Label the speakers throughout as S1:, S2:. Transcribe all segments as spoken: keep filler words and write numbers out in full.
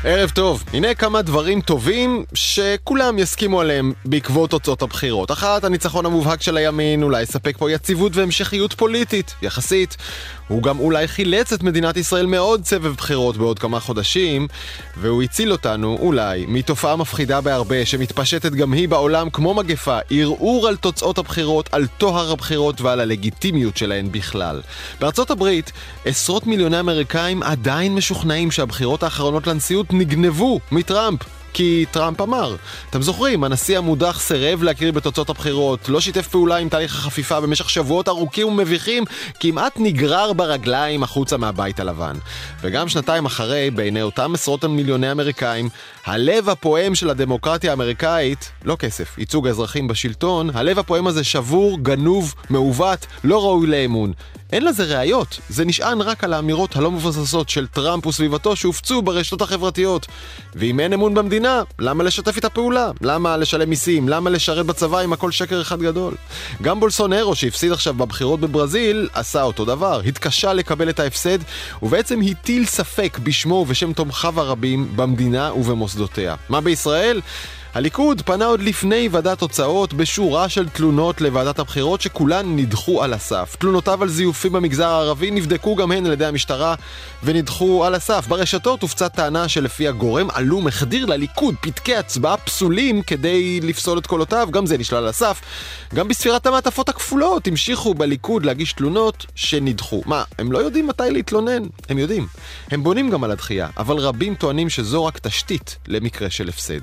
S1: ערב טוב. הנה כמה דברים טובים שכולם יסכימו עליהם בעקבות תוצאות הבחירות. אחת, הניצחון המובהק של הימין אולי יספק פה יציבות והמשכיות פוליטית, יחסית. הוא גם אולי חילץ את מדינת ישראל מעוד סבב בחירות בעוד כמה חודשים, והוא הציל אותנו אולי מתופעה מפחידה בהרבה שמתפשטת גם היא בעולם כמו מגפה, ערעור על תוצאות הבחירות, על טוהר הבחירות ועל הלגיטימיות שלהן בכלל. בארצות הברית, עשרות מיליוני אמריקאים עדיין משוכנעים שהבחירות האחרונות לנשיאות נגנבו מטראמפ. כי טראמפ אמר. אתם זוכרים, הנשיא המודח סירב להכיר בתוצאות הבחירות, לא שיתף פעולה עם תהליך החפיפה במשך שבועות ארוכים ומביכים, כמעט נגרר ברגליים החוצה מהבית הלבן. וגם שנתיים אחרי, בעיני אותם עשרות מיליוני אמריקאים, הלב הפועם של הדמוקרטיה האמריקאית, לא כסף, ייצוג האזרחים בשלטון, הלב הפועם הזה שבור, גנוב, מעוות, לא ראוי לאמון. אין לזה ראיות, זה נשען רק על האמירות הלא מבוססות של טראמפ וסביבתו שהופצו ברשתות החברתיות. ואם אין אמון במדינה, למה לשתף איתה פעולה? למה לשלם מיסים? למה לשרת בצבא עם הכל שקר אחד גדול? גם בולסונרו שהפסיד עכשיו בבחירות בברזיל עשה אותו דבר, התקשה לקבל את ההפסד ובעצם הטיל ספק בשמו ובשם תומכיו הרבים במדינה ובמוסדותיה. מה בישראל? הליכוד פנה עוד לפני ועדת תוצאות בשורה של תלונות לוועדת הבחירות שכולן נדחו על הסף. תלונותיו על זיופים במגזר הערבי נבדקו גם הן על ידי המשטרה ונדחו על הסף. ברשתות הופצה טענה שלפי הגורם עלום החדיר לליכוד פתקי הצבעה פסולים כדי לפסול את קולותיו, גם זה נשלל על הסף. גם בספירת המעטפות הכפולות המשיכו בליכוד להגיש תלונות שנדחו. מה, הם לא יודעים מתי להתלונן? הם יודעים. הם בונים גם על הדחייה, אבל רבים טוענים שזו רק תשתית למקרה של הפסד.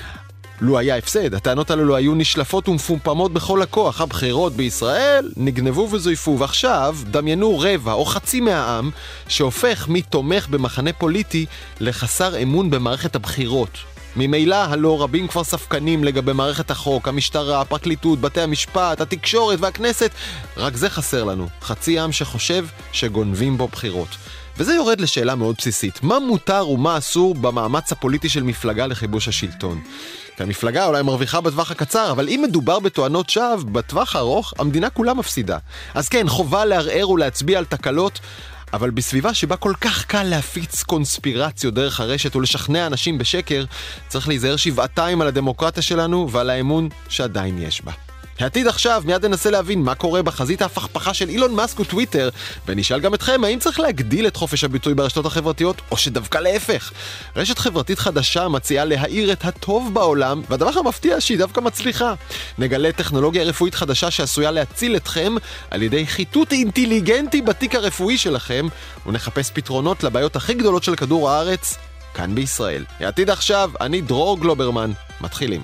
S1: לו היה הפסד, הטענות הללו היו נשלפות ומפומפמות בכל הכוח. הבחירות בישראל נגנבו וזויפו, ועכשיו דמיינו רבע או חצי מהעם שהופך מתומך במחנה פוליטי לחסר אמון במערכת הבחירות. ממילא הלא רבים כבר ספקנים לגבי מערכת החוק, המשטרה, הפרקליטות, בתי המשפט, התקשורת והכנסת. רק זה חסר לנו, חצי עם שחושב שגונבים בו בחירות. וזה יורד לשאלה מאוד בסיסית, מה מותר ומה אסור במאמץ הפוליטי של מפלגה לכיבוש השלטון? כי המפלגה אולי מרוויחה בטווח הקצר, אבל אם מדובר בתואנות שווא, בטווח הארוך המדינה כולה מפסידה. אז כן, חובה לערער ולהצביע על תקלות, אבל בסביבה שבה כל כך קל להפיץ קונספירציות דרך הרשת ולשכנע אנשים בשקר, צריך להיזהר שבעתיים על הדמוקרטיה שלנו ועל האמון שעדיין יש בה. העתיד עכשיו, מיד ננסה להבין מה קורה בחזית ההפכפכה של אילון מאסק וטוויטר, ונשאל גם אתכם, האם צריך להגדיל את חופש הביטוי ברשתות החברתיות, או שדווקא להפך? רשת חברתית חדשה מציעה להאיר את הטוב בעולם, והדבר המפתיע שהיא דווקא מצליחה. נגלה טכנולוגיה רפואית חדשה שעשויה להציל אתכם על ידי חיטוט אינטליגנטי בתיק הרפואי שלכם, ונחפש פתרונות לבעיות הכי גדולות של כדור הארץ, כאן בישראל. העתיד עכשיו, אני דרור גלוברמן, מתחילים.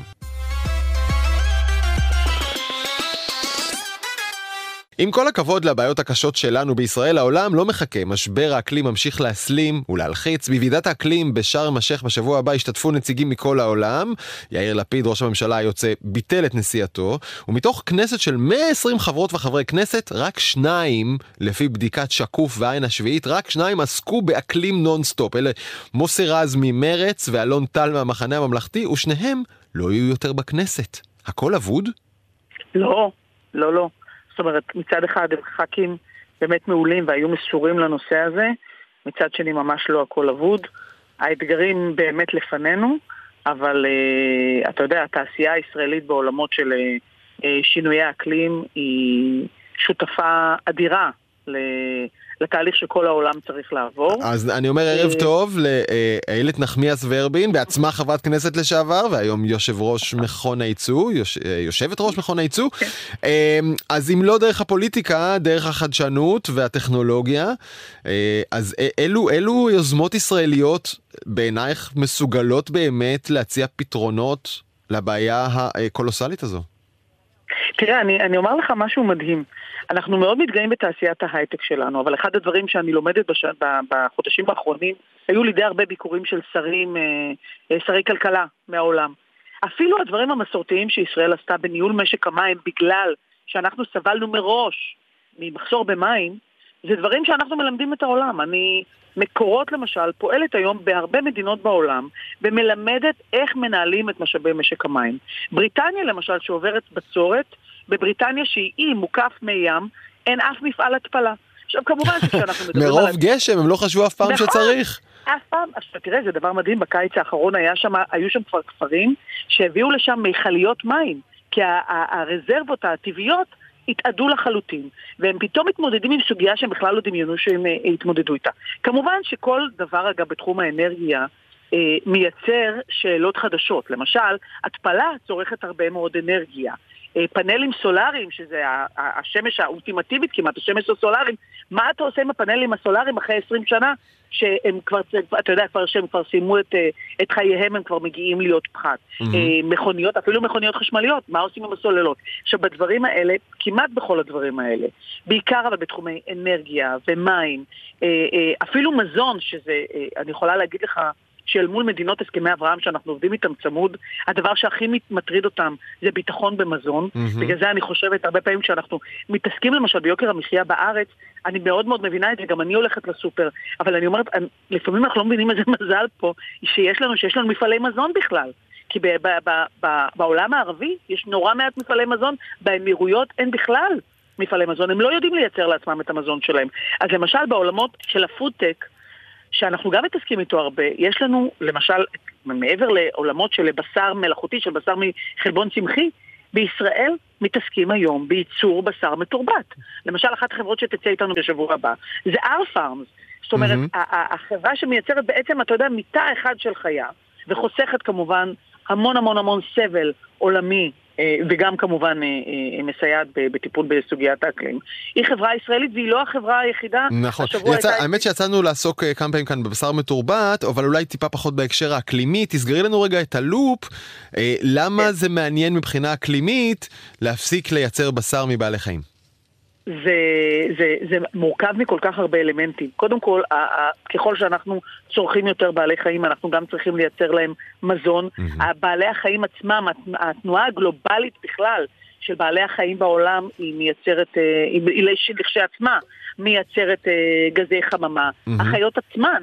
S1: עם כל הכבוד לבעיות הקשות שלנו בישראל, העולם לא מחכה. משבר האקלים ממשיך להסלים ולהלחיץ. בוועידת האקלים בשארם א-שייח בשבוע הבא השתתפו נציגים מכל העולם. יאיר לפיד, ראש הממשלה היוצא, ביטל את נסיעתו. ומתוך כנסת של מאה ועשרים חברות וחברי כנסת, רק שניים, לפי בדיקת שקוף ועין השביעית, רק שניים עסקו באקלים נונסטופ. אלה מוסי רז ממרץ ואלון טל מהמחנה הממלכתי, ושניהם לא יהיו יותר בכנסת. הכל אבוד?
S2: לא, לא, לא. זאת אומרת, מצד אחד הם ח"כים באמת מעולים והיו מסורים לנושא הזה, מצד שני ממש לא הכל אבוד. האתגרים באמת לפנינו, אבל uh, אתה יודע, התעשייה הישראלית בעולמות של uh, שינויי האקלים היא שותפה אדירה לתהליך שכל העולם צריך לעבור.
S1: אז אני אומר ערב טוב לאילת נחמיאס ורבין, בעצמה חברת כנסת לשעבר, והיום יושב ראש מכון הייצוא, יושבת ראש מכון הייצוא. אז אם לא דרך הפוליטיקה, דרך החדשנות והטכנולוגיה, אז אלו, אלו יוזמות ישראליות בעינייך מסוגלות באמת להציע פתרונות לבעיה הקולוסלית הזו?
S2: תראה, אני, אני אומר לך משהו מדהים. אנחנו מאוד מתגאים בתעשיית ההייטק שלנו, אבל אחד הדברים שאני לומדת בש... בחודשים האחרונים, היו לי די הרבה ביקורים של שרים, שרי כלכלה מהעולם. אפילו הדברים המסורתיים שישראל עשתה בניהול משק המים, בגלל שאנחנו סבלנו מראש ממחסור במים, זה דברים שאנחנו מלמדים את העולם. אני מקורות למשל פועלת היום בהרבה מדינות בעולם, ומלמדת איך מנהלים את משאבי משק המים. בריטניה למשל שעוברת בצורת, בבריטניה שהיא אי מוקף מי ים, אין אף מפעל התפלה. עכשיו, כמובן שכשאנחנו מדברים על...
S1: מרוב גשם, הם לא חשבו אף פעם שצריך.
S2: אף פעם, עכשיו תראה, זה דבר מדהים, בקיץ האחרון היה שם, היו שם כבר כפרים שהביאו לשם מיכליות מים, כי הרזרבות הטבעיות התעדו לחלוטין, והם פתאום מתמודדים עם סוגיה שהם בכלל לא דמיינו שהם התמודדו איתה. כמובן שכל דבר, אגב, בתחום האנרגיה, מייצר שאלות חדשות. למשל, התפלה צורכת הרבה מאוד אנרגיה. פאנלים סולאריים, שזה השמש האולטימטיבית כמעט, השמש הסולאריים, מה אתה עושה עם הפאנלים הסולאריים אחרי עשרים שנה, שהם כבר, אתה יודע, כבר שהם כבר סיימו את, את חייהם, הם כבר מגיעים להיות פחת. Mm-hmm. מכוניות, אפילו מכוניות חשמליות, מה עושים עם הסוללות? עכשיו, בדברים האלה, כמעט בכל הדברים האלה, בעיקר אבל בתחומי אנרגיה ומים, אפילו מזון, שזה, אני יכולה להגיד לך, שאל מול מדינות הסכמי אברהם שאנחנו עובדים איתם צמוד, הדבר שהכי מטריד אותם זה ביטחון במזון. Mm-hmm. בגלל זה אני חושבת הרבה פעמים כשאנחנו מתעסקים למשל ביוקר המחיה בארץ, אני מאוד מאוד מבינה את זה, גם אני הולכת לסופר, אבל אני אומרת, אני, לפעמים אנחנו לא מבינים איזה מזל פה, שיש לנו, שיש לנו מפעלי מזון בכלל. כי ב- ב- ב- ב- בעולם הערבי יש נורא מעט מפעלי מזון, באמירויות אין בכלל מפעלי מזון, הם לא יודעים לייצר לעצמם את המזון שלהם. אז למשל בעולמות של הפודטק, שאנחנו גם מתעסקים איתו הרבה, יש לנו, למשל, מעבר לעולמות של בשר מלאכותי, של בשר מחלבון צמחי, בישראל מתעסקים היום בייצור בשר מתורבת. למשל, אחת החברות שתצא איתנו בשבוע הבא, זה R-Farms. זאת אומרת, mm-hmm. החברה שמייצרת בעצם, אתה יודע, מיטה אחד של חיה, וחוסכת כמובן המון המון המון סבל עולמי, וגם כמובן מסייעת בטיפול בסוגיית האקלים. היא חברה ישראלית והיא לא החברה היחידה.
S1: נכון. יצא, האמת שיצאנו לעסוק כמה פעמים כאן בבשר מתורבת, אבל אולי טיפה פחות בהקשר האקלימי. תסגרי לנו רגע את הלופ. למה זה מעניין מבחינה אקלימית להפסיק לייצר בשר מבעלי חיים?
S2: זה, זה, זה מורכב מכל כך הרבה אלמנטים. קודם כל, ככל שאנחנו צורכים יותר בעלי חיים, אנחנו גם צריכים לייצר להם מזון. Mm-hmm. בעלי החיים עצמם, התנועה הגלובלית בכלל של בעלי החיים בעולם, היא מייצרת, היא לכשעצמה מייצרת גזי חממה. Mm-hmm. החיות עצמן,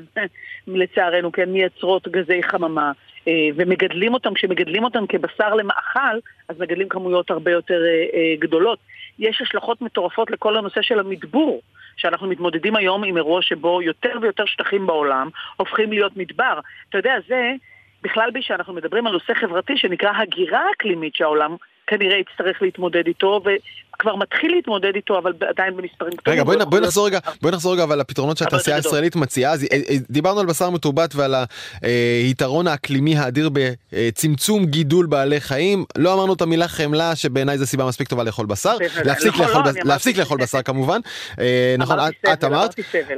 S2: לצערנו, כן, מייצרות גזי חממה. ומגדלים אותם, כשמגדלים אותם כבשר למאכל, אז מגדלים כמויות הרבה יותר גדולות. יש השלכות מטורפות לכל הנושא של המדבור, שאנחנו מתמודדים היום עם אירוע שבו יותר ויותר שטחים בעולם הופכים להיות מדבר. אתה יודע, זה בכלל בי שאנחנו מדברים על נושא חברתי שנקרא הגירה אקלימית שהעולם כנראה יצטרך להתמודד איתו, וכבר מתחיל להתמודד איתו, אבל עדיין במספרים קטנים.
S1: רגע, בואי, בואי נחזור רגע, בואי נחזור רגע, אבל הפתרונות שהתעשייה הישראלית מציעה, אז דיברנו על בשר מתורבת ועל היתרון האקלימי האדיר בצמצום גידול בעלי חיים, לא אמרנו את המילה חמלה, שבעיניי זו סיבה מספיק טובה לאכול בשר, להפסיק לאכול בשר כמובן, נכון, את אמרת,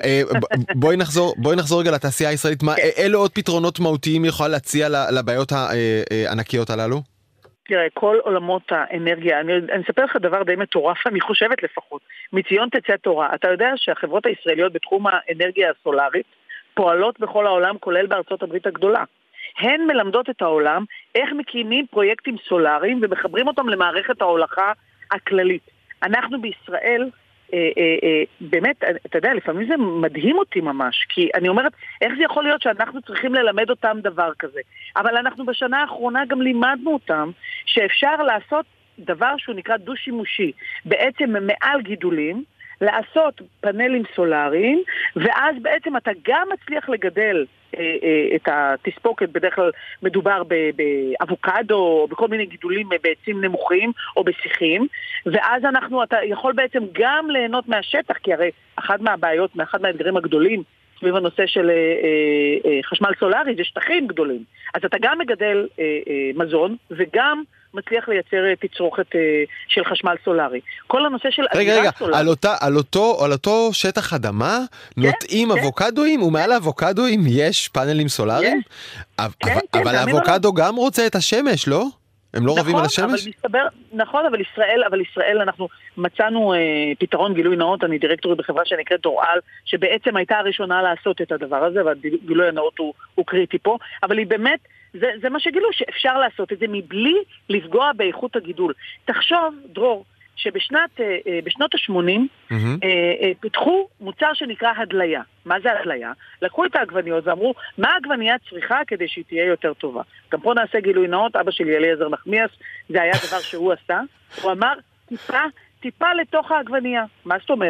S1: בואי נחזור, בואי נחזור רגע לתעשייה הישראלית, אילו עוד פתרונות מהותיים יכולה להציע לבעיות הענקיות הללו?
S2: תראה, כל עולמות האנרגיה, אני, אני אספר לך דבר די מטורף, אני חושבת לפחות, מציון תצא תורה. אתה יודע שהחברות הישראליות בתחום האנרגיה הסולארית פועלות בכל העולם, כולל בארצות הברית הגדולה. הן מלמדות את העולם איך מקימים פרויקטים סולאריים ומחברים אותם למערכת ההולכה הכללית. אנחנו בישראל, אה, אה, אה, באמת, אתה יודע, לפעמים זה מדהים אותי ממש, כי אני אומרת, איך זה יכול להיות שאנחנו צריכים ללמד אותם דבר כזה? אבל אנחנו בשנה האחרונה גם לימדנו אותם שאפשר לעשות דבר שהוא נקרא דו-שימושי, בעצם מעל גידולים, לעשות פאנלים סולאריים, ואז בעצם אתה גם מצליח לגדל אה, אה, את התספוקת, בדרך כלל מדובר באבוקדו, או בכל מיני גידולים בעצים נמוכים, או בשיחים, ואז אנחנו, אתה יכול בעצם גם ליהנות מהשטח, כי הרי אחת מהבעיות, מאחד מהאתגרים הגדולים, סביב הנושא של אה, אה, חשמל סולארי, זה שטחים גדולים. אז אתה גם מגדל אה, אה, מזון, וגם מצליח לייצר תצרוכת של חשמל סולארי. כל הנושא של
S1: רגע, רגע, על, אותה, על, אותו, על אותו שטח אדמה נוטעים כן, אבוקדואים, כן. ומעל האבוקדואים יש פאנלים סולאריים? כן, אבל, כן, אבל האבוקדו לא... גם רוצה את השמש, לא? הם לא
S2: נכון,
S1: רבים על השמש?
S2: אבל מסתבר, נכון, אבל ישראל, אבל ישראל אנחנו מצאנו אה, פתרון גילוי נאות, אני דירקטורית בחברה שנקראת דורעל, שבעצם הייתה הראשונה לעשות את הדבר הזה, והגילוי הנאות הוא, הוא קריטי פה, אבל היא באמת, זה, זה מה שגילו, שאפשר לעשות את זה מבלי לפגוע באיכות הגידול. תחשוב, דרור, שבשנת, בשנות ה-שמונים mm-hmm. פיתחו מוצר שנקרא הדליה. מה זה הדליה? לקחו את העגבניות ואמרו, מה העגבנייה צריכה כדי שהיא תהיה יותר טובה? גם פה נעשה גילוי נאות, אבא שלי אליעזר נחמיאס, זה היה דבר שהוא עשה. הוא אמר, טיפה, טיפה לתוך העגבנייה. מה זאת אומרת?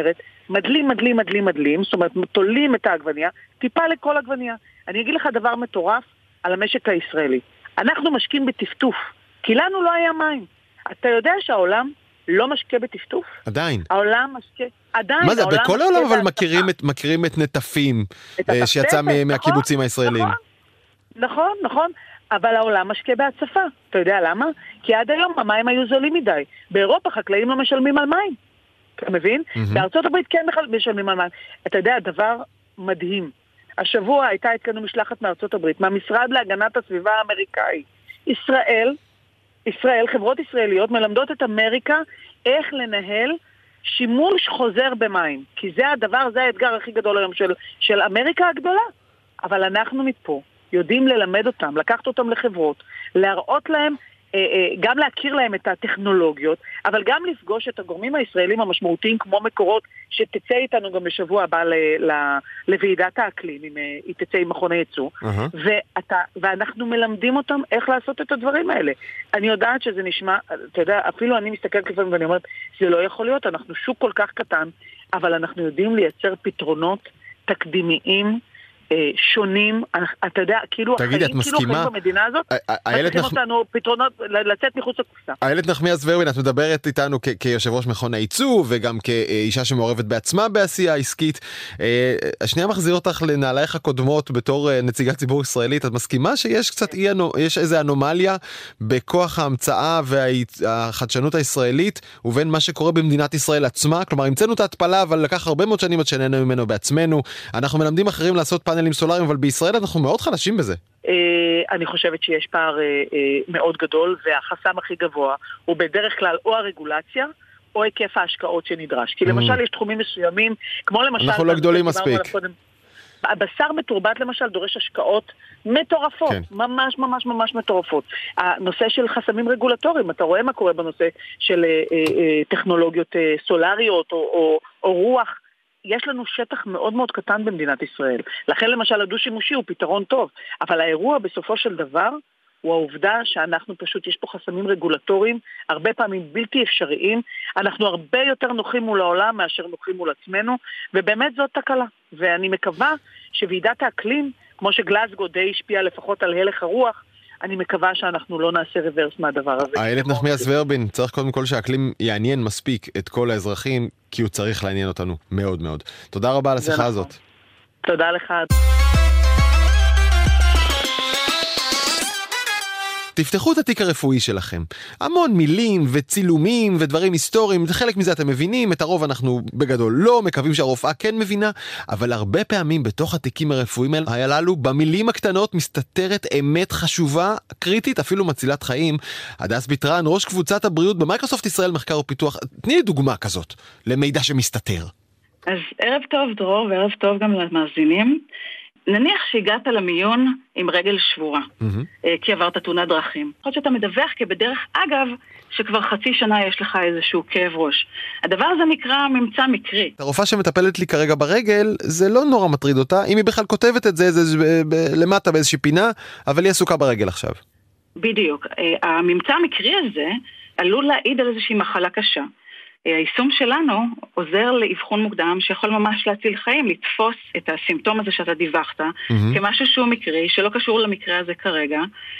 S2: מדלים, מדלים, מדלים, מדלים, זאת אומרת, תולים את העגבניה, טיפה לכל עגבניה. אני אגיד לך דבר מטורף על המשק הישראלי. אנחנו משקים בטפטוף, כי לנו לא היה מים. אתה יודע שהעולם לא משקה בטפטוף?
S1: עדיין.
S2: העולם משקה, עדיין.
S1: מה זה, בכל העולם אבל מכירים את, מכירים את נטפים, שיצא מהקיבוצים הישראלים.
S2: נכון, נכון, נכון. אבל העולם משקה בהצפה. אתה יודע למה? כי עד היום המים היו זולים מדי. באירופה חקלאים לא משלמים על מים. אתה מבין? Mm-hmm. בארצות הברית כן משלמים על מים. אתה יודע, דבר מדהים. השבוע הייתה אצלנו משלחת מארצות הברית, מהמשרד להגנת הסביבה האמריקאי. ישראל, ישראל, חברות ישראליות מלמדות את אמריקה איך לנהל שימוש חוזר במים. כי זה הדבר, זה האתגר הכי גדול היום של, של אמריקה הגדולה. אבל אנחנו מפה יודעים ללמד אותם, לקחת אותם לחברות, להראות להם, גם להכיר להם את הטכנולוגיות, אבל גם לפגוש את הגורמים הישראלים המשמעותיים כמו מקורות, שתצא איתנו גם בשבוע הבא לוועידת האקלים, אם היא תצא עם מכון הייצוא, ואתה, ואנחנו מלמדים אותם איך לעשות את הדברים האלה. אני יודעת שזה נשמע, אתה יודע, אפילו אני מסתכלת לפעמים ואני אומרת, זה לא יכול להיות, אנחנו שוק כל כך קטן, אבל אנחנו יודעים לייצר פתרונות תקדימיים, שונים, אתה יודע, כאילו החיים, כאילו החיים במדינה הזאת, מצליחים אותנו פתרונות לצאת מחוץ לקופסה.
S1: איילת נחמיאס ורבין, את מדברת איתנו כיושב ראש מכון הייצוא, וגם כאישה שמעורבת בעצמה בעשייה עסקית. השנייה מחזיר אותך לנעלייך הקודמות בתור נציגת ציבור ישראלית. את מסכימה שיש קצת, יש איזו אנומליה בכוח ההמצאה והחדשנות הישראלית, ובין מה שקורה במדינת ישראל עצמה? כלומר, המצאנו את ההתפלה, אבל לקח הרבה מאוד שנים עד שנהנו ממנו בעצמנו. אנחנו מלמדים אחרים לעשות פאנלים סולאריים, אבל בישראל אנחנו מאוד חלשים בזה.
S2: אני חושבת שיש פער מאוד גדול, והחסם הכי גבוה הוא בדרך כלל או הרגולציה, או היקף ההשקעות שנדרש. כי למשל יש תחומים מסוימים, כמו למשל...
S1: אנחנו לא גדולים מספיק.
S2: הבשר מתורבת למשל דורש השקעות מטורפות, כן. ממש ממש ממש מטורפות. הנושא של חסמים רגולטוריים, אתה רואה מה קורה בנושא של אה, אה, טכנולוגיות אה, סולריות או, או, או רוח, יש לנו שטח מאוד מאוד קטן במדינת ישראל. לכן למשל הדו-שימושי הוא פתרון טוב, אבל האירוע בסופו של דבר הוא העובדה שאנחנו פשוט, יש פה חסמים רגולטוריים, הרבה פעמים בלתי אפשריים, אנחנו הרבה יותר נוחים מול העולם מאשר נוחים מול עצמנו, ובאמת זאת תקלה. ואני מקווה שוועידת האקלים, כמו שגלזגו די השפיע לפחות על הלך הרוח, אני מקווה שאנחנו לא נעשה רוורס מהדבר הזה.
S1: איילת נחמיאס ורבין, צריך קודם כל שהאקלים יעניין מספיק את כל האזרחים, כי הוא צריך לעניין אותנו מאוד מאוד. תודה רבה על השיחה הזאת.
S2: תודה לך.
S1: תפתחו את התיק הרפואי שלכם. המון מילים וצילומים ודברים היסטוריים, חלק מזה אתם מבינים, את הרוב אנחנו בגדול לא, מקווים שהרופאה כן מבינה, אבל הרבה פעמים בתוך התיקים הרפואיים הללו, במילים הקטנות מסתתרת אמת חשובה, קריטית, אפילו מצילת חיים. הדס ביטרן, ראש קבוצת הבריאות במייקרוסופט ישראל מחקר ופיתוח, תני לי דוגמה כזאת למידע שמסתתר.
S3: אז ערב טוב דרור, וערב טוב גם למאזינים. נניח שהגעת למיון עם רגל שבורה, mm-hmm. כי עברת תאונת דרכים. יכול להיות שאתה מדווח כבדרך אגב, שכבר חצי שנה יש לך איזשהו כאב ראש. הדבר הזה נקרא ממצא מקרי.
S1: הרופאה שמטפלת לי כרגע ברגל, זה לא נורא מטריד אותה, אם היא בכלל כותבת את זה, זה ב- ב- למטה באיזושהי פינה, אבל היא עסוקה ברגל עכשיו.
S3: בדיוק. הממצא המקרי הזה עלול להעיד על איזושהי מחלה קשה. היישום שלנו עוזר לאבחון מוקדם שיכול ממש להציל חיים, לתפוס את הסימפטום הזה שאתה דיווחת, mm-hmm. כמשהו שהוא מקרי, שלא קשור למקרה הזה כרגע,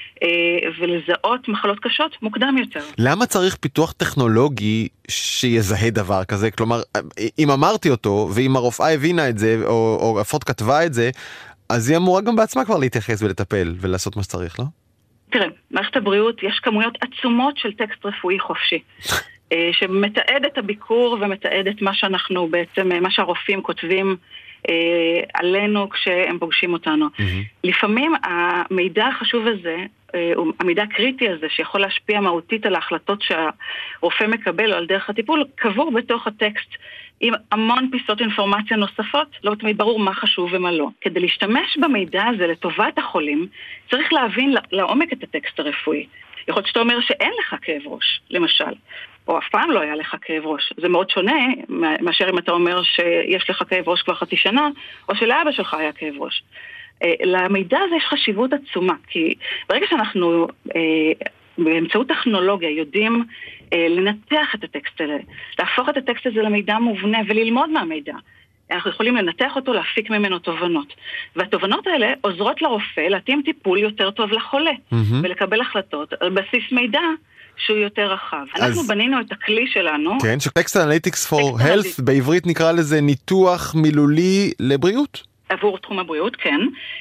S3: ולזהות מחלות קשות מוקדם יותר.
S1: למה צריך פיתוח טכנולוגי שיזהה דבר כזה? כלומר, אם אמרתי אותו, ואם הרופאה הבינה את זה, או, או אחות כתבה את זה, אז היא אמורה גם בעצמה כבר להתייחס ולטפל, ולעשות מה שצריך, לא?
S3: תראה, מערכת הבריאות יש כמויות עצומות של טקסט רפואי חופשי. שמתעד את הביקור ומתעד את מה שאנחנו בעצם, מה שהרופאים כותבים אה, עלינו כשהם פוגשים אותנו. Mm-hmm. לפעמים המידע החשוב הזה, אה, המידע הקריטי הזה שיכול להשפיע מהותית על ההחלטות שהרופא מקבל או על דרך הטיפול, קבור בתוך הטקסט עם המון פיסות אינפורמציה נוספות, לא תמיד ברור מה חשוב ומה לא. כדי להשתמש במידע הזה לטובת החולים, צריך להבין לעומק את הטקסט הרפואי. יכול להיות שאתה אומר שאין לך כאב ראש, למשל. או אף פעם לא היה לך כאב ראש. זה מאוד שונה מאשר אם אתה אומר שיש לך כאב ראש כבר חצי שנה, או שלאבא שלך היה כאב ראש. למידע הזה יש חשיבות עצומה, כי ברגע שאנחנו באמצעות טכנולוגיה יודעים אה, לנתח את הטקסט הזה, להפוך את הטקסט הזה למידע מובנה וללמוד מהמידע. אנחנו יכולים לנתח אותו, להפיק ממנו תובנות. והתובנות האלה עוזרות לרופא להתאים טיפול יותר טוב לחולה, mm-hmm. ולקבל החלטות על בסיס מידע שהוא יותר רחב. אז... אנחנו בנינו את הכלי שלנו.
S1: כן, ש-Text Analytics for Health, בעברית נקרא לזה ניתוח מילולי לבריאות.
S3: עבור תחום הבריאות, כן.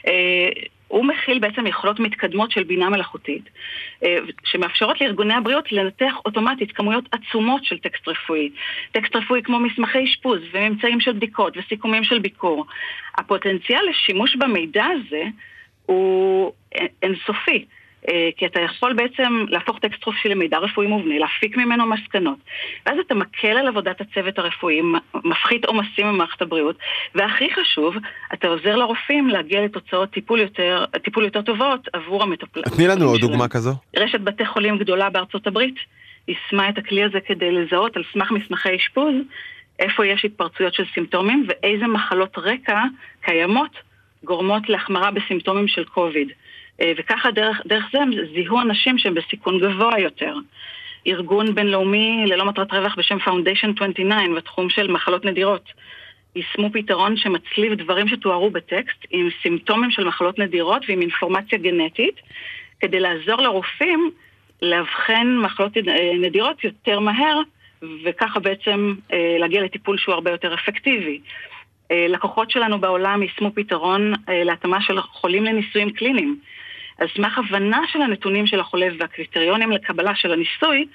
S3: הוא מכיל בעצם יכולות מתקדמות של בינה מלאכותית, שמאפשרות לארגוני הבריאות לנתח אוטומטית כמויות עצומות של טקסט רפואי. טקסט רפואי כמו מסמכי אשפוז וממצאים של בדיקות וסיכומים של ביקור. הפוטנציאל לשימוש במידע הזה הוא אינסופי. כי אתה יכול בעצם להפוך טקסט חופשי למידע רפואי מובנה, להפיק ממנו מסקנות. ואז אתה מקל על עבודת הצוות הרפואי, מפחית עומסים במערכת הבריאות, והכי חשוב, אתה עוזר לרופאים להגיע לתוצאות טיפול יותר, טיפול יותר טובות עבור המטופלים.
S1: תני לנו עוד דוגמה כזו.
S3: רשת בתי חולים גדולה בארצות הברית, יישמה את הכלי הזה כדי לזהות על סמך מסמכי אשפוז, איפה יש התפרצויות של סימפטומים, ואיזה מחלות רקע קיימות גורמות להחמרה בסימפטומים של קוביד. וככה דרך, דרך זה הם זיהו אנשים שהם בסיכון גבוה יותר. ארגון בינלאומי ללא מטרת רווח בשם Foundation תשעים ותשע בתחום של מחלות נדירות. יישמו פתרון שמצליב דברים שתוארו בטקסט עם סימפטומים של מחלות נדירות ועם אינפורמציה גנטית, כדי לעזור לרופאים להבחן מחלות נדירות יותר מהר, וככה בעצם להגיע לטיפול שהוא הרבה יותר אפקטיבי. לקוחות שלנו בעולם יישמו פתרון להתאמה של חולים לניסויים קליניים. על סמך הבנה של הנתונים של החולה והקריטריונים לקבלה של הניסוי,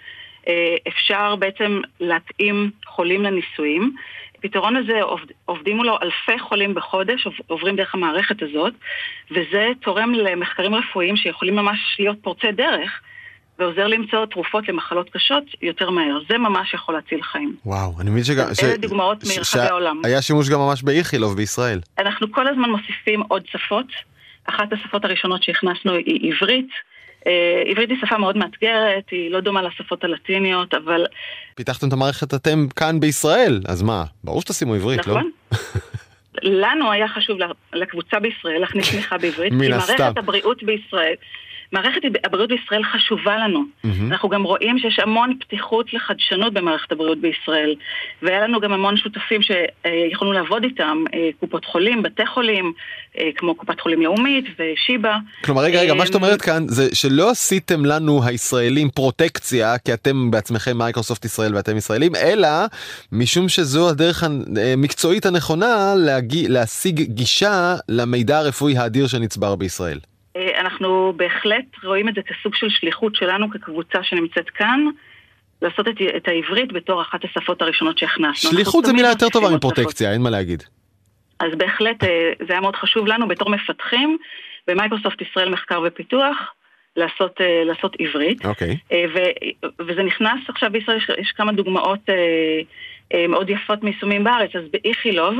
S3: אפשר בעצם להתאים חולים לניסויים. הפתרון הזה עובדים מולו אלפי חולים בחודש, עוברים דרך המערכת הזאת, וזה תורם למחקרים רפואיים שיכולים ממש להיות פורצי דרך, ועוזר למצוא תרופות למחלות קשות יותר מהר. זה ממש יכול להציל חיים.
S1: וואו, אני מבין שגם...
S3: אלה דוגמאות מרחבי העולם.
S1: היה שימוש גם ממש באיכילוב בישראל.
S3: אנחנו כל הזמן מוסיפים עוד שפות. אחת השפות הראשונות שהכנסנו היא עברית. עברית היא שפה מאוד מאתגרת, היא לא דומה לשפות הלטיניות, אבל...
S1: פיתחתם את המערכת אתם כאן בישראל, אז מה? ברור שתשימו עברית, לא?
S3: נכון. לנו היה חשוב לקבוצה בישראל, להכניס תמיכה בעברית, כי מערכת הבריאות בישראל... מערכת הבריאות בישראל חשובה לנו. Mm-hmm. אנחנו גם רואים שיש המון פתיחות לחדשנות במערכת הבריאות בישראל. והיה לנו גם המון שותפים שיכולנו לעבוד איתם, קופות חולים, בתי חולים, כמו קופת חולים לאומית ושיבה.
S1: כלומר, רגע, רגע, מה שאת אומרת כאן זה שלא עשיתם לנו הישראלים פרוטקציה, כי אתם בעצמכם מייקרוסופט ישראל ואתם ישראלים, אלא משום שזו הדרך המקצועית הנכונה להגיע, להשיג גישה למידע הרפואי האדיר שנצבר בישראל.
S3: אנחנו בהחלט רואים את זה כסוג של שליחות שלנו כקבוצה שנמצאת כאן, לעשות את, את העברית בתור אחת השפות הראשונות שהכנסנו.
S1: שליחות זה מילה יותר טובה מפרוטקציה, אין מה להגיד.
S3: אז בהחלט זה היה מאוד חשוב לנו בתור מפתחים, במייקרוסופט ישראל מחקר ופיתוח, לעשות, לעשות עברית.
S1: אוקיי.
S3: ו, וזה נכנס עכשיו בישראל, יש, יש כמה דוגמאות מאוד יפות מיישומים בארץ, אז באיכילוב,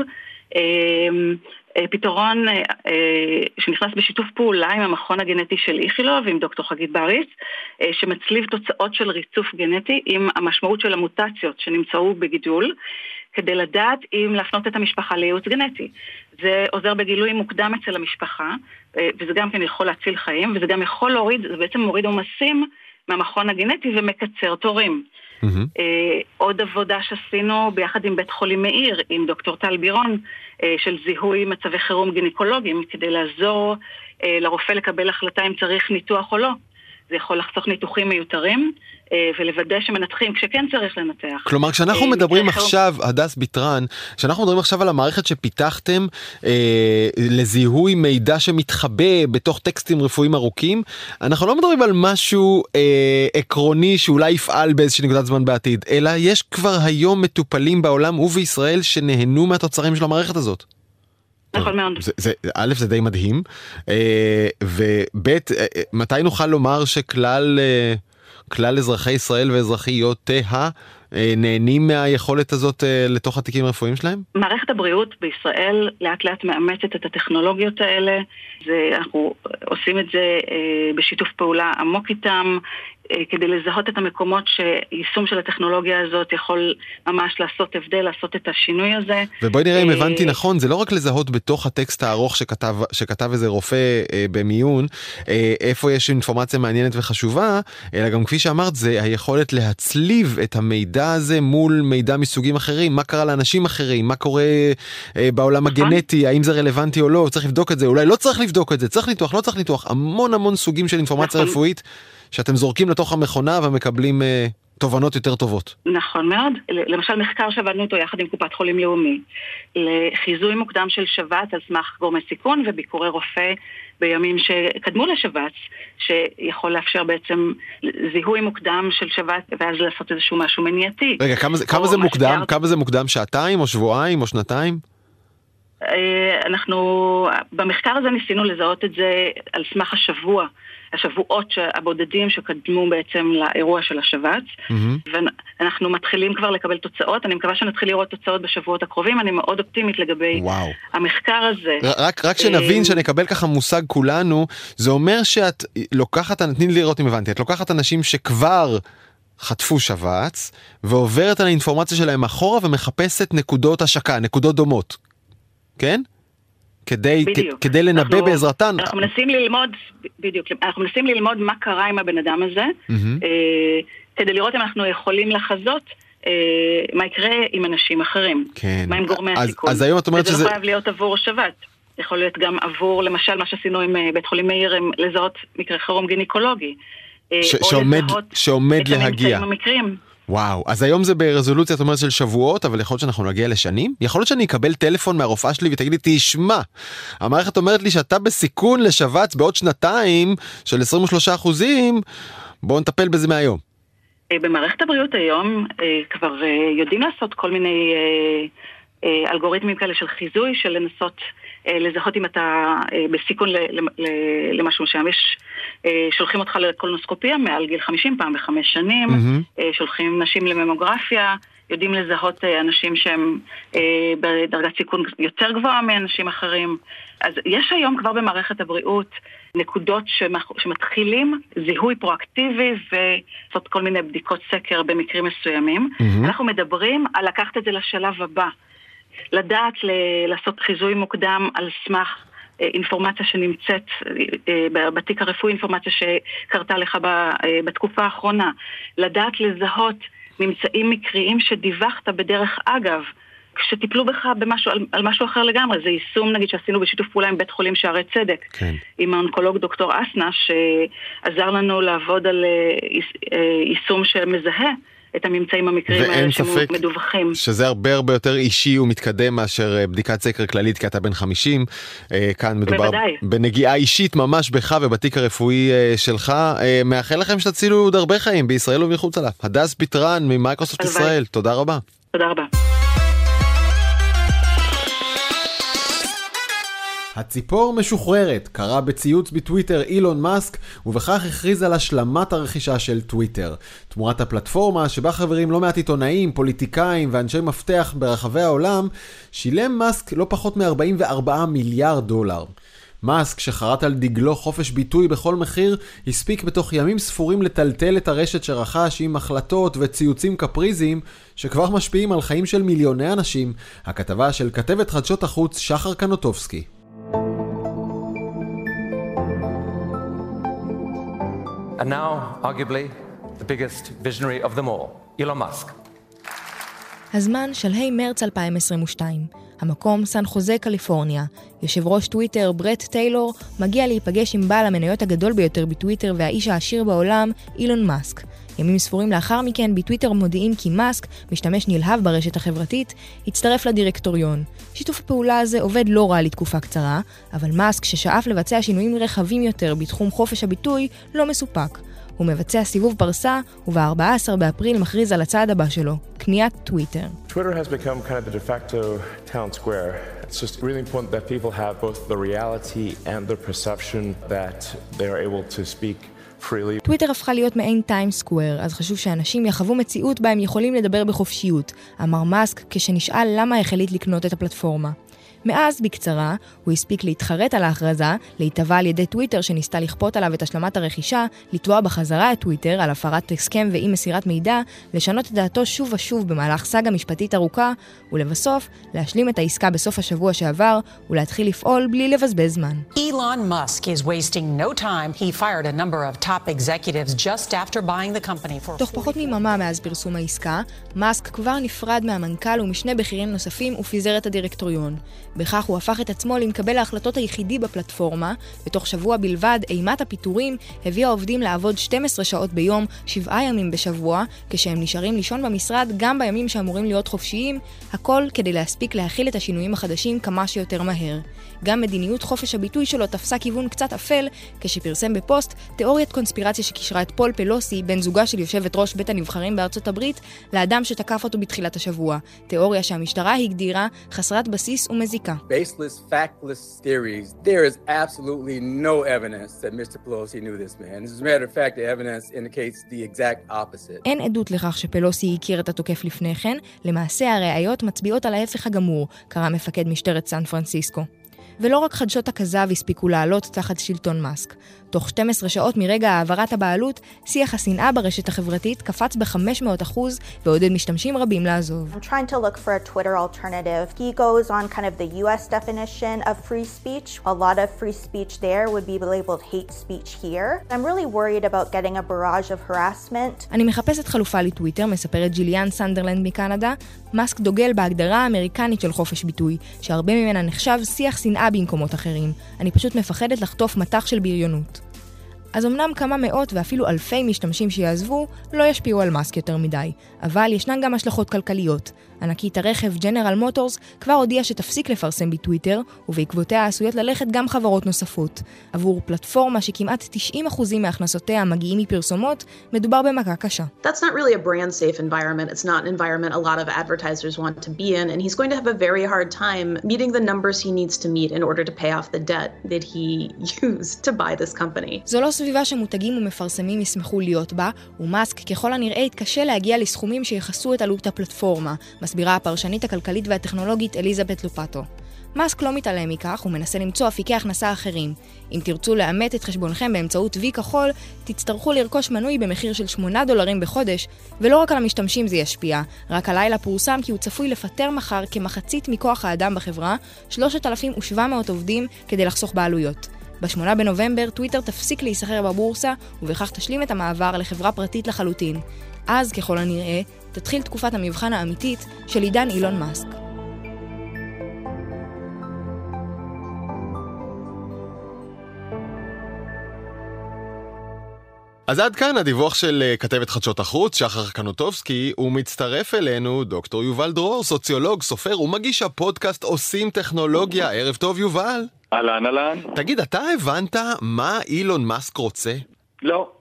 S3: פתרון שנכנס בשיתוף פעולה עם המכון הגנטי של איכילוב ועם דוקטור חגית בריס, שמצליב תוצאות של ריצוף גנטי עם המשמעות של המוטציות שנמצאו בגידול, כדי לדעת אם להפנות את המשפחה לייעוץ גנטי. זה עוזר בגילוי מוקדם אצל המשפחה, וזה גם כן יכול להציל חיים, וזה גם יכול להוריד, זה בעצם מוריד עומסים מהמכון הגנטי ומקצר תורים. Mm-hmm. עוד עבודה שעשינו ביחד עם בית חולים מאיר, עם דוקטור טל בירון, של זיהוי מצבי חירום גינקולוגיים, כדי לעזור לרופא לקבל החלטה אם צריך ניתוח או לא. זה יכול לחסוך ניתוחים מיותרים, ולוודא שמנתחים כשכן צריך לנתח.
S1: כלומר, כשאנחנו מדברים עכשיו, הדס ביטרן, כשאנחנו מדברים עכשיו על המערכת שפיתחתם אה, לזיהוי מידע שמתחבא בתוך טקסטים רפואיים ארוכים, אנחנו לא מדברים על משהו אה, עקרוני שאולי יפעל באיזושהי נקודת זמן בעתיד, אלא יש כבר היום מטופלים בעולם ובישראל שנהנו מהתוצרים של המערכת הזאת.
S3: נכון מאוד.
S1: זה, זה, א', זה די מדהים, אה, וב', אה, מתי נוכל לומר שכלל אה, כלל אזרחי ישראל ואזרחיותיה אה, נהנים מהיכולת הזאת אה, לתוך התיקים הרפואיים שלהם?
S3: מערכת הבריאות בישראל לאט לאט מאמצת את הטכנולוגיות האלה, זה, אנחנו עושים את זה אה, בשיתוף פעולה עמוק איתם, כדי לזהות את המקומות שיישום של הטכנולוגיה הזאת יכול ממש לעשות הבדל, לעשות את השינוי הזה.
S1: ובואי נראה אם הבנתי נכון, זה לא רק לזהות בתוך הטקסט הארוך שכתב, שכתב איזה רופא במיון, איפה יש אינפורמציה מעניינת וחשובה, אלא גם כפי שאמרת, זה היכולת להצליב את המידע הזה מול מידע מסוגים אחרים, מה קרה לאנשים אחרים, מה קורה בעולם הגנטי, האם זה רלוונטי או לא, צריך לבדוק את זה, אולי לא צריך לבדוק את זה, צריך ניתוח, לא צריך ניתוח, המון המון סוגים של אינפורמציה רפואית, שאתם זורקים לתוך המכונה ומקבלים אה, תובנות יותר טובות.
S3: נכון מאוד. למשל מחקר שעבדנו אותו יחד עם קופת חולים לאומי, לחיזוי מוקדם של שבץ על סמך גורמי סיכון וביקורי רופא בימים שקדמו לשבץ, שיכול לאפשר בעצם זיהוי מוקדם של שבץ ואז לעשות איזשהו משהו מניעתי.
S1: רגע, כמה זה, כמה זה מוקדם? שתיאר... כמה זה מוקדם? שעתיים או שבועיים או שנתיים?
S3: אנחנו, במחקר הזה ניסינו לזהות את זה על סמך השבוע, השבועות הבודדים שקדמו בעצם לאירוע של השבץ, mm-hmm. ואנחנו מתחילים כבר לקבל תוצאות, אני מקווה שנתחיל לראות תוצאות בשבועות הקרובים, אני מאוד אופטימית לגבי וואו. המחקר הזה.
S1: רק, רק שנבין, שנקבל ככה מושג כולנו, זה אומר שאת לוקחת, תני לי לראות אם הבנתי, את לוקחת אנשים שכבר חטפו שבץ, ועוברת על האינפורמציה שלהם אחורה, ומחפשת נקודות השקה, נקודות דומות. כן? כדי, כ- כדי לנבא אנחנו, בעזרתן.
S3: אנחנו מנסים ללמוד, בדיוק, אנחנו מנסים ללמוד מה קרה עם הבן אדם הזה, mm-hmm. אה, כדי לראות אם אנחנו יכולים לחזות אה, מה יקרה עם אנשים אחרים.
S1: כן.
S3: מה עם גורמי
S1: אז,
S3: הסיכון.
S1: אז היום את אומרת
S3: שזה...
S1: שזה...
S3: לא חייב להיות עבור שבץ. יכול להיות גם עבור, למשל, מה שעשינו עם בית חולים מאיר, לזהות מקרה חירום גינקולוגי.
S1: ש- שעומד, שעומד להגיע. וואו, אז היום זה ברזולוציה, את אומרת, של שבועות, אבל יכול להיות שאנחנו נגיע לשנים? יכול להיות שאני אקבל טלפון מהרופאה שלי ותגיד לי, תשמע, המערכת אומרת לי שאתה בסיכון לשבץ בעוד שנתיים של עשרים ושלושה אחוזים, בואו נטפל בזה מהיום.
S3: במערכת הבריאות היום כבר יודעים לעשות כל מיני אלגוריתמים כאלה של חיזוי, של לנסות לזהות אם אתה בסיכון למשהו שם. יש, שולחים אותך לקולונוסקופיה מעל גיל חמישים פעם בחמש שנים, mm-hmm. שולחים נשים לממוגרפיה, יודעים לזהות אנשים שהם בדרגת סיכון יותר גבוהה מאנשים אחרים. אז יש היום כבר במערכת הבריאות נקודות שמתחילים זיהוי פרואקטיבי ועשות כל מיני בדיקות סקר במקרים מסוימים. Mm-hmm. אנחנו מדברים על לקחת את זה לשלב הבא. לדעת ל- לעשות חיזוי מוקדם על סמך אה, אינפורמציה שנמצאת אה, בתיק הרפואי, אינפורמציה שקרתה לך ב- אה, בתקופה האחרונה. לדעת לזהות ממצאים מקריים שדיווחת בדרך אגב, כשטיפלו בך במשהו, על, על משהו אחר לגמרי. זה יישום, נגיד, שעשינו בשיתוף פעולה עם בית חולים שערי צדק, כן. עם האונקולוג דוקטור אסנה, שעזר לנו לעבוד על אה, יישום שמזהה את הממצאים המקרים האלה שמדווחים.
S1: שזה הרבה הרבה יותר אישי ומתקדם מאשר בדיקת סקר כללית, כי אתה בן חמישים. כאן מדובר בוודאי. בנגיעה אישית ממש בך ובתיק הרפואי שלך. מאחל לכם שתצילו עוד הרבה חיים בישראל ומחוץ לה. הדס ביטרן ממייקרוסופט ישראל. תודה רבה.
S3: תודה רבה.
S1: הציפור משוחררת, קרא בציוץ בטוויטר אילון מאסק, ובכך הכריז על השלמת הרכישה של טוויטר. תמורת הפלטפורמה שבה חברים לא מעט עיתונאים, פוליטיקאים ואנשי מפתח ברחבי העולם, שילם מאסק לא פחות מ-ארבעים וארבעה מיליארד דולר. מאסק, שחרט על דגלו חופש ביטוי בכל מחיר, הספיק בתוך ימים ספורים לטלטל את הרשת שרכש עם החלטות וציוצים קפריזיים שכבר משפיעים על חיים של מיליוני אנשים. הכתבה של כתבת חדשות החוץ שחר קנוטובסקי.
S4: And now, arguably, the biggest visionary of them all, Elon Musk.
S5: הזמן שלהי מרץ אלפיים עשרים ושתיים. המקום סן חוזה, קליפורניה. יושב ראש טוויטר, ברט טיילור, מגיע להיפגש עם בעל המניות הגדול ביותר בטוויטר והאיש העשיר בעולם, אילון מאסק. ימים ספורים לאחר מכן, בטוויטר מודיעים כי מאסק, משתמש נלהב ברשת החברתית, הצטרף לדירקטוריון. שיתוף הפעולה הזה עובד לא רע לתקופה קצרה, אבל מאסק, ששאף לבצע שינויים רחבים יותר בתחום חופש הביטוי, לא מסופק. הוא מבצע סיבוב פרסה, וב-ארבעה עשר באפריל מכריז על הצעד הבא שלו, קניית טוויטר.
S6: Twitter has become kind of the de facto town square. It's just really important that people have both the reality and the perception that they are able to speak freely.
S5: טוויטר הפכה להיות מעין טיים סקוואר, אז חשוב שאנשים יחוו מציאות בה הם יכולים לדבר בחופשיות, אמר מאסק כשנשאל למה החליט לקנות את הפלטפורמה. מאז, בקצרה, הוא הספיק להתחרט על ההכרזה, להתבע על ידי טוויטר שניסתה לכפות עליו את השלמת הרכישה, לתבוע בחזרה את טוויטר על הפרת הסכם ואי מסירת מידע, לשנות את דעתו שוב ושוב במהלך סאגה משפטית ארוכה, ולבסוף, להשלים את העסקה בסוף השבוע שעבר, ולהתחיל לפעול בלי לבזבז זמן.
S7: Elon Musk is wasting no time. He fired a number of top executives just after buying the company for...
S5: תוך פחות מממה מאז פרסום העסקה, מאסק כבר נפרד מהמנכ"ל ומשני בכירים נוספים ופיזר את הדירקטוריון. בכך הוא הפך את עצמו למקבל ההחלטות היחידי בפלטפורמה, ותוך שבוע בלבד אימת הפיטורים הביאה עובדים לעבוד שתים עשרה שעות ביום, שבעה ימים בשבוע, כשהם נשארים לישון במשרד גם בימים שאמורים להיות חופשיים, הכל כדי להספיק להכיל את השינויים החדשים כמה שיותר מהר. גם מדיניות חופש הביטוי שלו תפסה כיוון קצת אפל, כשפרסם בפוסט תיאוריית קונספירציה שקישרה את פול פלוסי, בן זוגה של יושבת ראש בית הנבחרים בארצות הברית, לאדם שתקף אותו בתחילת השבוע. תיאוריה שהמשטרה הגדירה חסרת בסיס ומזיקה.
S8: Baseless, factless theories. There is absolutely no evidence that מיסטר Pelosi knew this man. As a matter of fact, the evidence indicates the exact opposite.
S5: אין עדות לכך שפלוסי הכיר את התוקף לפני כן, למעשה הראיות מצביעות על ההפך הגמור, קרא מפקד משטרת סן פרנסיסקו. ולא רק חדשות הכזב הספיקו לעלות תחת שלטון מאסק. תוך שתים עשרה שעות מרגע העברת הבעלות, שיח השנאה ברשת החברתית קפץ ב-חמש מאות אחוז ועודד משתמשים רבים לעזוב.
S9: I'm trying to look for a Twitter alternative. He goes on kind of the U S definition of free speech. A lot of free speech there would be labeled hate speech here. I'm really worried about getting a barrage of harassment.
S5: אני מחפשת חלופה לטוויטר, מספרת ג'יליאן סנדרלנד מקנדה. מאסק דוגל בהגדרה האמריקנית של חופש ביטוי, שהרבה ממנה נחשב שיח שנאה במקומות אחרים. אני פשוט מפחדת לחטוף מטח של בריונות. אז אמנם כמה מאות ואפילו אלפי משתמשים שיעזבו לא ישפיעו על מאסק יותר מדי, אבל ישנן גם השלכות כלכליות. ענקית הרכב ג'נרל מוטורס כבר הודיעה שתפסיק לפרסם בטוויטר, ובעקבותיה עשויות ללכת גם חברות נוספות. עבור פלטפורמה שכמעט תשעים אחוז מהכנסותיה מגיעים מפרסומות, מדובר במכה קשה.
S10: That's not really a brand safe environment. It's not an environment a lot of advertisers want to be in, and he's going to have a very hard time meeting the numbers he needs to meet in order to pay off the debt that he used to buy this company.
S5: זו לא סביבה שמותגים ומפרסמים ישמחו להיות בה, ומאסק ככל הנראה יתקשה להגיע לסכומים שיחסו את עלות הפלטפורמה, מסבירה הפרשנית הכלכלית והטכנולוגית אליזבת לופטו. מאסק לא מתעלם מכך ומנסה למצוא אפיקי הכנסה אחרים. אם תרצו לאמת את חשבונכם באמצעות וי כחול, תצטרכו לרכוש מנוי במחיר של שמונה דולרים בחודש, ולא רק על המשתמשים זה ישפיע. רק הלילה פורסם כי הוא צפוי לפטר מחר כמחצית מכוח האדם בחברה, שלושת אלפים ושבע מאות עובדים כדי לחסוך בעלויות. בשמונה בנובמבר טוויטר תפסיק להיסחר בבורסה, ובכך תשלים את המעבר לחברה פרטית לחלוטין. אז, ככל הנראה, תתחיל תקופת המבחן האמיתית של עידן אילון מאסק.
S1: אז עד כאן הדיווח של כתבת חדשות החוץ, שחר קנוטובסקי, ומצטרף אלינו דוקטור יובל דרור, סוציולוג, סופר ומגיש הפודקאסט עושים טכנולוגיה. ערב טוב יובל.
S11: אהלן, אהלן.
S1: תגיד, אתה הבנת מה אילון מאסק רוצה?
S11: לא.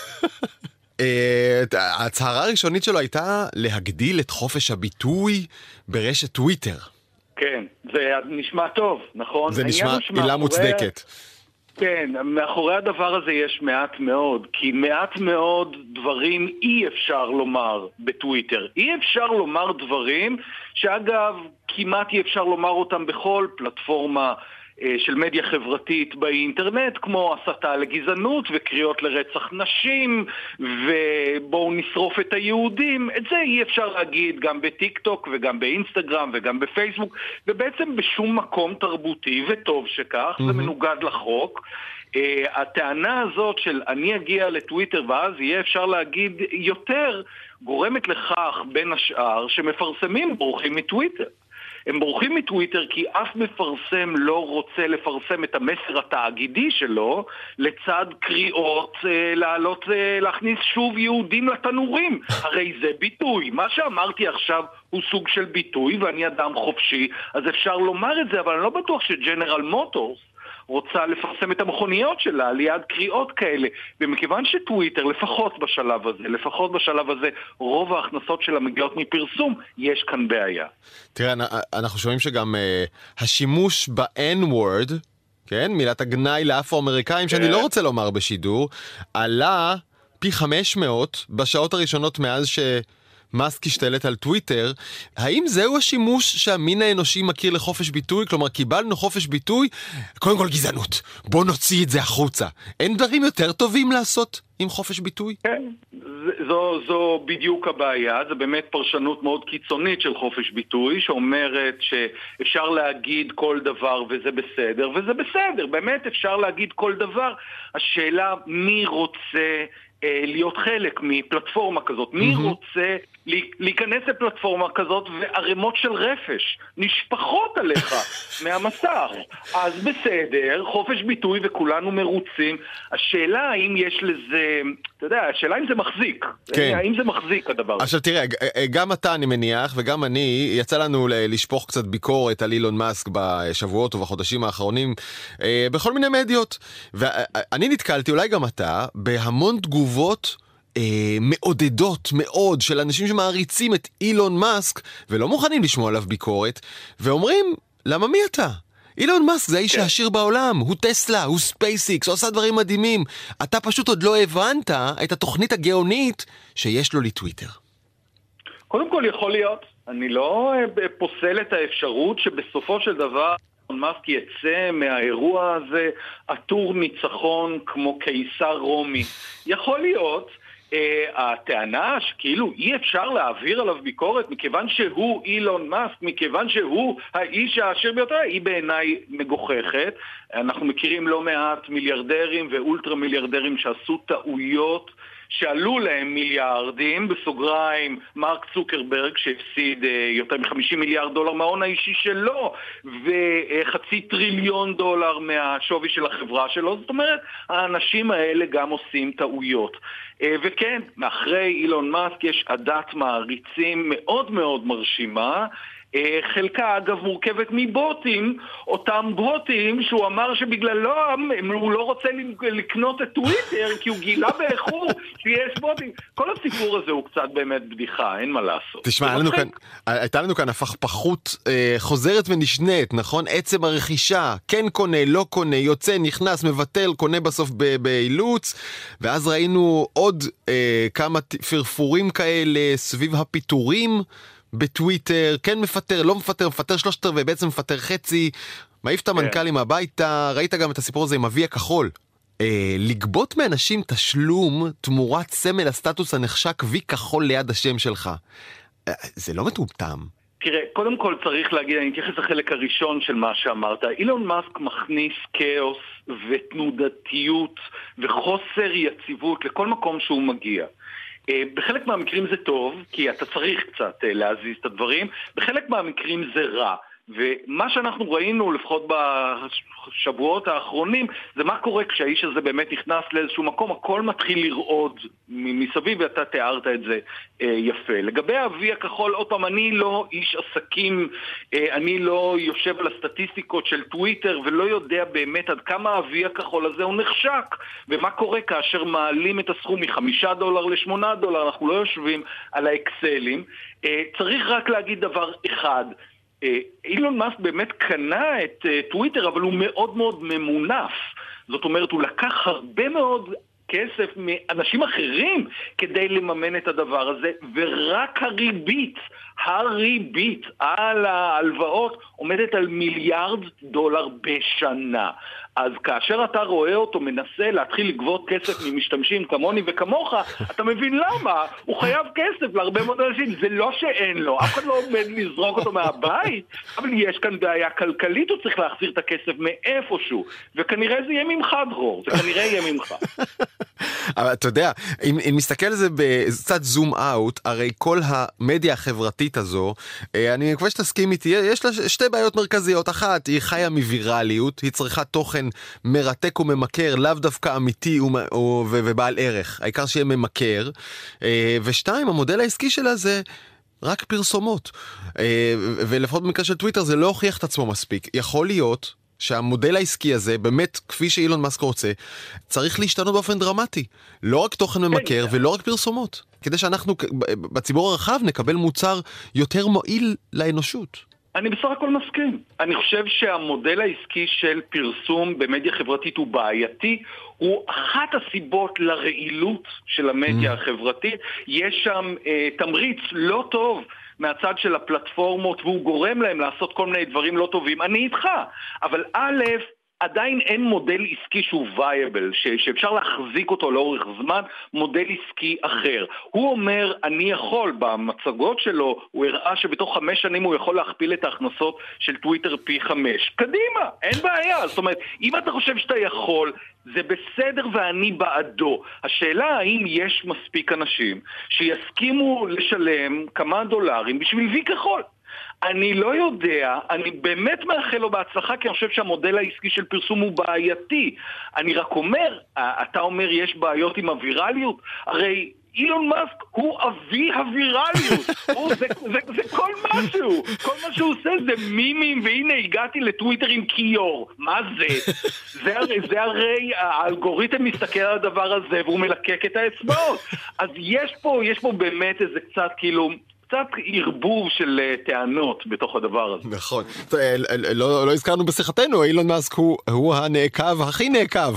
S1: ההצהרה הראשונית שלו הייתה להגדיל את חופש הביטוי ברשת טוויטר.
S11: כן, זה נשמע טוב, נכון?
S1: זה נשמע עילה מוצדקת.
S11: כן, מאחורי הדבר הזה יש מעט מאוד, כי מעט מאוד דברים אי אפשר לומר בטוויטר. אי אפשר לומר דברים שאגב כמעט אי אפשר לומר אותם בכל פלטפורמה של מדיה חברתית באינטרנט, כמו הסתה לגזענות וקריאות לרצח נשים ובואו נשרוף את היהודים. את זה אי אפשר להגיד גם בטיק טוק וגם באינסטגרם וגם בפייסבוק, ובעצם בשום מקום תרבותי, וטוב שכך, mm-hmm. זה מנוגד לחוק. Uh, הטענה הזאת של אני אגיע לטוויטר ואז יהיה אפשר להגיד יותר, גורמת לכך בין השאר שמפרסמים בורחים מטוויטר. הם בורחים מטוויטר כי אף מפרסם לא רוצה לפרסם את המסר התאגידי שלו לצד קריאות אה, לעלות, אה, להכניס שוב יהודים לתנורים. הרי זה ביטוי. מה שאמרתי עכשיו הוא סוג של ביטוי ואני אדם חופשי, אז אפשר לומר את זה, אבל אני לא בטוח שג'נרל מוטורס רוצה לפרסם את המכוניות שלה ליד קריאות כאלה. ומכיוון שטוויטר, לפחות בשלב הזה, לפחות בשלב הזה, רוב ההכנסות שלה מגיעות מפרסום, יש כאן בעיה.
S1: תראה, אנחנו שומעים שגם uh, השימוש ב-N-word, כן, מילת הגנאי לאפרו-אמריקאים, שאני לא רוצה לומר בשידור, עלה פי חמש מאות בשעות הראשונות מאז ש... מאסק השתלט על טוויטר, האם זהו השימוש שהמין האנושי מכיר לחופש ביטוי? כלומר, קיבלנו חופש ביטוי, קודם כל גזענות. בוא נוציא את זה החוצה. אין דברים יותר טובים לעשות עם חופש ביטוי?
S11: כן, זו, זו בדיוק הבעיה. זה באמת פרשנות מאוד קיצונית של חופש ביטוי, שאומרת שאפשר להגיד כל דבר וזה בסדר, וזה בסדר, באמת אפשר להגיד כל דבר. השאלה מי רוצה להיות חלק מפלטפורמה כזאת, מי רוצה להיכנס לפלטפורמה כזאת, וערימות של רפש נשפחות עליך מהמסך. אז בסדר, חופש ביטוי וכולנו מרוצים. השאלה האם יש לזה, אתה יודע, השאלה אם זה מחזיק.
S1: כן.
S11: האם זה מחזיק הדבר.
S1: עכשיו תראה, גם אתה אני מניח, וגם אני, יצא לנו לשפוך קצת ביקורת על אילון מאסק בשבועות ובחודשים האחרונים, בכל מיני מדיות. ואני נתקלתי, אולי גם אתה, בהמון תגובות אה, מעודדות מאוד של אנשים שמעריצים את אילון מאסק ולא מוכנים לשמוע עליו ביקורת, ואומרים, למה מי אתה? אילון מאסק זה האיש העשיר בעולם, הוא טסלה, הוא ספייסיקס, הוא עושה דברים מדהימים. אתה פשוט עוד לא הבנת את התוכנית הגאונית שיש לו לטוויטר.
S11: קודם כל יכול להיות, אני לא פוסל את האפשרות שבסופו של דבר אילון מאסק יצא מהאירוע הזה עטור ניצחון כמו קיסר רומי. יכול להיות. Uh, הטענה שכאילו אי אפשר להעביר עליו ביקורת מכיוון שהוא אילון מאסק, מכיוון שהוא האיש העשיר ביותר, היא בעיניי מגוחכת. אנחנו מכירים לא מעט מיליארדרים ואולטרה מיליארדרים שעשו טעויות שעלו להם מיליארדים, בסוגריים מרק צוקרברג שהפסיד יותר מ-חמישים מיליארד דולר מההון האישי שלו, וחצי טריליון דולר מהשווי של החברה שלו. זאת אומרת, האנשים האלה גם עושים טעויות. וכן, מאחרי אילון מאסק יש עדת מעריצים מאוד מאוד מרשימה, חלקה אגב מורכבת מבוטים, אותם בוטים שהוא אמר שבגללם הוא לא רוצה לקנות את טוויטר כי הוא גילה באיחור שיש בוטים. כל הסיפור הזה הוא קצת באמת בדיחה, אין מה לעשות.
S1: תשמע, כאן, הייתה לנו כאן הפכפכות אה, חוזרת ונשנית, נכון? עצם הרכישה, כן קונה, לא קונה, יוצא, נכנס, מבטל, קונה בסוף באילוץ, ואז ראינו עוד אה, כמה פרפורים כאלה סביב הפיטורים בטוויטר, כן מפטר, לא מפטר, מפטר שלושת רבעי, בעצם מפטר חצי, מעיף את המנכ"לים הביתה. ראית גם את הסיפור הזה עם אבי הכחול. אה, לגבות מאנשים תשלום תמורת סמל הסטטוס הנחשק וי כחול ליד השם שלך. אה, זה לא מטומטם.
S11: תראה, קודם כל צריך להגיד, אני אתייחס לחלק הראשון של מה שאמרת. אילון מאסק מכניס כאוס ותנודתיות וחוסר יציבות לכל מקום שהוא מגיע. בחלק מהמקרים זה טוב, כי אתה צריך קצת להזיז את הדברים, בחלק מהמקרים זה רע. ומה שאנחנו ראינו לפחות בשבועות האחרונים זה מה קורה כשהאיש הזה באמת נכנס לאיזשהו מקום, הכל מתחיל לרעוד מסביב, ואתה תיארת את זה יפה. לגבי האבי הכחול, עוד פעם, אני לא איש עסקים, אני לא יושב על הסטטיסטיקות של טוויטר ולא יודע באמת עד כמה האבי הכחול הזה הוא נחשק, ומה קורה כאשר מעלים את הסכום מחמישה דולר לשמונה דולר, אנחנו לא יושבים על האקסלים. צריך רק להגיד דבר אחד, אילון מאסק באמת קנה את טוויטר, אבל הוא מאוד מאוד ממונף. זאת אומרת, הוא לקח הרבה מאוד כסף מאנשים אחרים כדי לממן את הדבר הזה, ורק הריבית, הריבית על ההלוואות עומדת על מיליארד דולר בשנה. אז כאשר אתה רואה אותו מנסה להתחיל לגבות כסף ממשתמשים כמוני וכמוך, אתה מבין למה? הוא חייב כסף להרבה מאוד אנשים. זה לא שאין לו, אף אחד לא עומד לזרוק אותו מהבית, אבל יש כאן בעיה כלכלית, הוא צריך להחזיר את הכסף מאיפשהו, וכנראה זה יהיה ממך, דרור, זה כנראה יהיה ממך.
S1: אבל אתה יודע, אם, אם נסתכל על זה בקצת זום אאוט, הרי כל המדיה החברתית הזו, אני מקווה שתסכים איתי, יש לה שתי בעיות מרכזיות. אחת, היא חיה מווירליות, היא צריכה תוכן מרתק וממכר, לאו דווקא אמיתי ובעל ערך, העיקר שיהיה ממכר. ושתיים, המודל העסקי שלה זה רק פרסומות, ולפחות במקרה של טוויטר זה לא הוכיח את עצמו מספיק. יכול להיות שהמודל העסקי הזה, באמת, כפי שאילון מאסק רוצה, צריך להשתנות באופן דרמטי. לא רק תוכן ממכר ולא רק פרסומות, כדי שאנחנו בציבור הרחב נקבל מוצר יותר מועיל לאנושות.
S11: אני בסך הכל מסכים. אני חושב שהמודל העסקי של פרסום במדיה חברתית הוא בעייתי, הוא אחת הסיבות לרעילות של המדיה החברתית. יש שם אה, תמריץ לא טוב מהצד של הפלטפורמות, והוא גורם להם לעשות כל מיני דברים לא טובים. אני איתך, אבל א', עדיין אין מודל עסקי שהוא וייבל, שאפשר להחזיק אותו לאורך זמן, מודל עסקי אחר. הוא אומר, אני יכול, במצגות שלו, הוא הראה שבתוך חמש שנים הוא יכול להכפיל את ההכנסות של טוויטר פי חמש. קדימה, אין בעיה. זאת אומרת, אם אתה חושב שאתה יכול, זה בסדר ואני בעדו. השאלה האם יש מספיק אנשים שיסכימו לשלם כמה דולרים בשביל וי כחול. אני לא יודע, אני באמת מאחל לו בהצלחה, כי אני חושב שהמודל העסקי של פרסום הוא בעייתי. אני רק אומר, אתה אומר יש בעיות עם הווירליות, הרי אילון מאסק הוא אבי הווירליות, הוא, זה, זה, זה כל משהו, כל מה שהוא עושה זה מימים, והנה הגעתי לטוויטר עם קיור, מה זה? זה הרי, זה הרי האלגוריתם מסתכל על הדבר הזה והוא מלקק את האצבעות, אז יש פה, יש פה באמת איזה קצת כאילו, קצת ערבוב של טענות בתוך הדבר הזה.
S1: נכון. לא, לא הזכרנו בשיחתנו, אילון מאסק הוא, הוא הנעקב, הכי נעקב.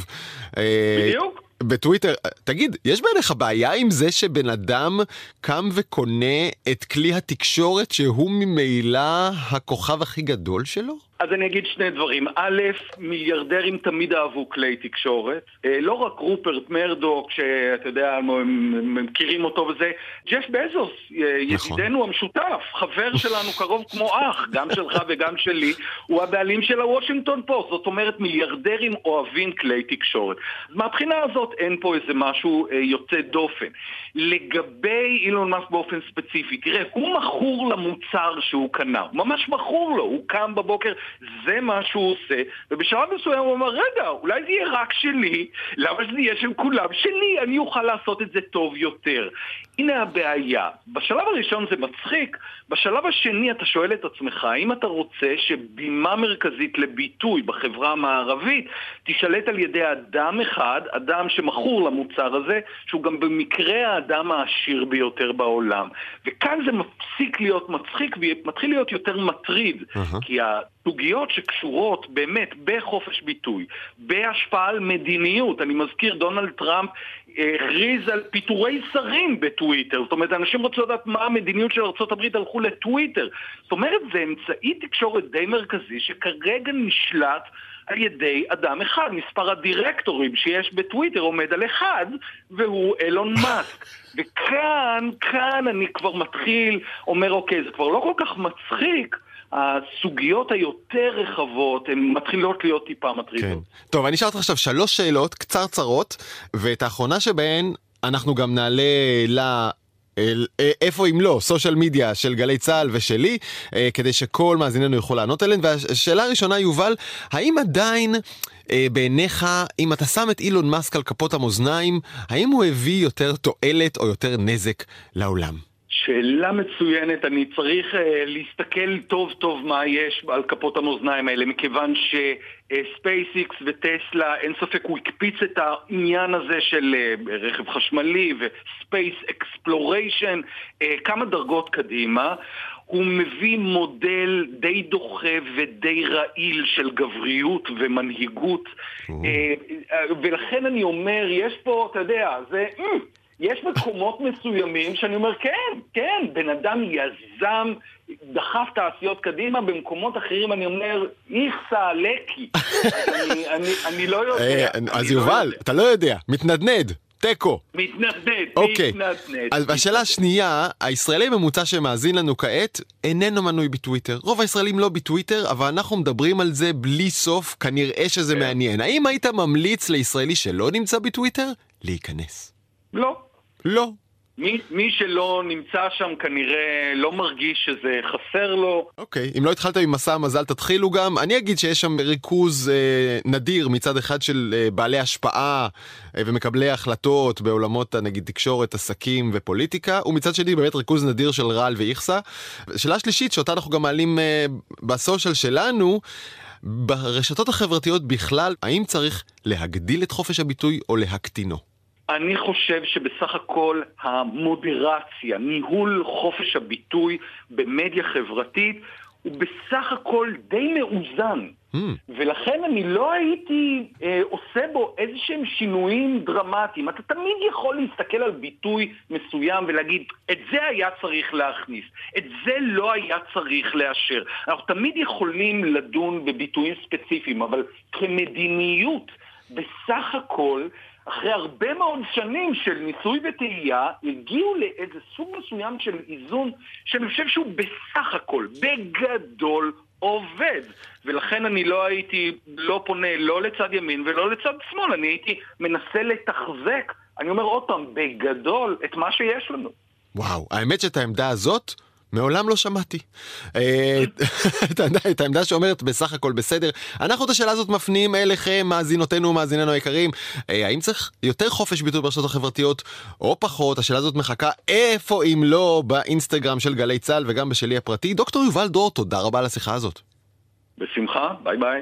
S11: בדיוק.
S1: בטוויטר, תגיד, יש בעיניך בעיה עם זה שבן אדם קם וקונה את כלי התקשורת שהוא ממילא הכוכב הכי גדול שלו?
S11: אז אני אגיד שני דברים. א', מיליארדרים תמיד אהבו כלי תקשורת. לא רק רופרט מרדוק, שאתה יודע, הם מכירים אותו וזה. ג'ף בזוס, ידידנו המשותף, חבר שלנו קרוב כמו אח, גם שלך וגם שלי, הוא הבעלים של הוושינגטון פוסט. זאת אומרת, מיליארדרים אוהבים כלי תקשורת. אז מהבחינה הזאת אין פה איזה משהו יוצא דופן. לגבי אילון מאסק באופן ספציפי, תראה, הוא מכור למוצר שהוא קנה. הוא ממש מכור לו. הוא קם בבוקר, זה מה שהוא עושה, ובשלב מסוים הוא אומר, רגע, אולי זה יהיה רק שלי, למה שזה יהיה של כולם? שלי, אני אוכל לעשות את זה טוב יותר. הנה הבעיה. בשלב הראשון זה מצחיק, בשלב השני אתה שואל את עצמך, האם אתה רוצה שבימה מרכזית לביטוי בחברה המערבית תשלט על ידי אדם אחד, אדם שמכור למוצר הזה, שהוא גם במקרה האדם העשיר ביותר בעולם. וכאן זה מפסיק להיות מצחיק ומתחיל להיות יותר מטריד, uh-huh. כי הסוגיות שקשורות באמת בחופש ביטוי, בהשפעה על מדיניות, אני מזכיר דונלד טראמפ הכריז על פיטורי שרים בטוויטר, זאת אומרת, אנשים רוצים לדעת מה המדיניות של ארצות הברית, הלכו לטוויטר. זאת אומרת, זה אמצעי תקשורת די מרכזי שכרגע נשלט על ידי אדם אחד. מספר הדירקטורים שיש בטוויטר עומד על אחד, והוא אילון מאסק. וכאן, כאן אני כבר מתחיל, אומר, אוקיי, זה כבר לא כל כך מצחיק, הסוגיות היותר רחבות הן מתחילות להיות טיפה מטרידות. כן.
S1: טוב, אני אשאל אותך עכשיו שלוש שאלות קצרצרות, ואת האחרונה שבהן אנחנו גם נעלה ל... אל, איפה אם לא, סושיאל מדיה של גלי צהל ושלי, כדי שכל מאזיננו יכול לענות עליהן. והשאלה הראשונה, יובל, האם עדיין בעיניך, אם אתה שם את אילון מאסק על כפות המאזניים, האם הוא הביא יותר תועלת או יותר נזק לעולם?
S11: שאלה מצוינת, אני צריך uh, להסתכל טוב טוב מה יש על כפות המאזניים האלה, מכיוון שספייסיקס uh, וטסלה, אין ספק הוא הקפיץ את העניין הזה של uh, רכב חשמלי וספייס אקספלוריישן, uh, כמה דרגות קדימה. הוא מביא מודל די דוחה ודי רעיל של גבריות ומנהיגות, uh, uh, ולכן אני אומר, יש פה, אתה יודע, זה... Mm, יש מקומות מסוימים שאני אומר, כן, כן, בן אדם יזם, דחף תעשיות קדימה, במקומות אחרים אני אומר, איכסה, לקי. אני, אני, אני לא יודע.
S1: אז יובל, אתה לא יודע, מתנדנד. טקו.
S11: מתנדנד,
S1: אוקיי.
S11: מתנדנד.
S1: אז בשאלה השנייה, הישראלי ממוצע שמאזין לנו כעת איננו מנוי בטוויטר. רוב הישראלים לא בטוויטר, אבל אנחנו מדברים על זה בלי סוף, כנראה שזה מעניין. האם היית ממליץ לישראלי שלא נמצא בטוויטר להיכנס?
S11: לא.
S1: לא.
S11: מי, מי שלא נמצא שם כנראה לא מרגיש שזה חסר לו.
S1: אוקיי, אם לא התחלת עם מסע המזל תתחילו גם. אני אגיד שיש שם ריכוז אה, נדיר מצד אחד של אה, בעלי השפעה אה, ומקבלי החלטות בעולמות נגיד תקשורת, עסקים ופוליטיקה, ומצד שני באמת ריכוז נדיר של רעל ואיכסה. שאלה שלישית שאותה אנחנו גם מעלים אה, בסושיאל שלנו, ברשתות החברתיות בכלל, האם צריך להגדיל את חופש הביטוי או להקטינו?
S11: אני חושב שבסך הכל המודרציה, ניהול חופש הביטוי במדיה חברתית, הוא בסך הכל די מאוזן. Mm. ולכן אני לא הייתי אה, עושה בו איזה שהם שינויים דרמטיים. אתה תמיד יכול להסתכל על ביטוי מסוים ולהגיד, את זה היה צריך להכניס, את זה לא היה צריך לאשר. אנחנו תמיד יכולים לדון בביטויים ספציפיים, אבל כמדיניות, בסך הכל, אחרי הרבה מאוד שנים של ניסוי וטעייה, הגיעו לאיזה סוג מסוים של איזון, שאני חושב שהוא בסך הכל, בגדול, עובד. ולכן אני לא הייתי, לא פונה לא לצד ימין ולא לצד שמאל, אני הייתי מנסה לתחזק, אני אומר עוד פעם, בגדול, את מה שיש לנו.
S1: וואו, האמת שאת העמדה הזאת, מעולם לא שמעתי. את העמדה שאומרת בסך הכל בסדר. אנחנו את השאלה הזאת מפנים אליכם, מאזינותינו ומאזיננו היקרים. האם צריך יותר חופש ביטוי ברשתות החברתיות או פחות? השאלה הזאת מחכה איפה אם לא באינסטגרם של גלי צהל וגם בשלי הפרטי. דוקטור יובל דרור, תודה רבה על השיחה הזאת.
S11: בשמחה, ביי ביי.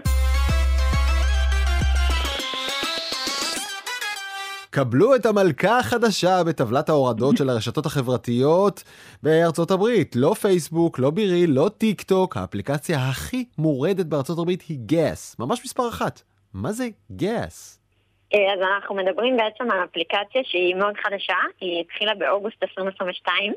S1: קבלו את המלכה החדשה בטבלת ההורדות של הרשתות החברתיות בארצות הברית. לא פייסבוק, לא ביריל, לא טיק טוק. האפליקציה הכי מורדת בארצות הברית היא גס. ממש מספר אחת. מה זה גס?
S12: אז אנחנו מדברים בעצם על אפליקציה שהיא מאוד חדשה. היא התחילה באוגוסט עשרים עשרים ושתיים.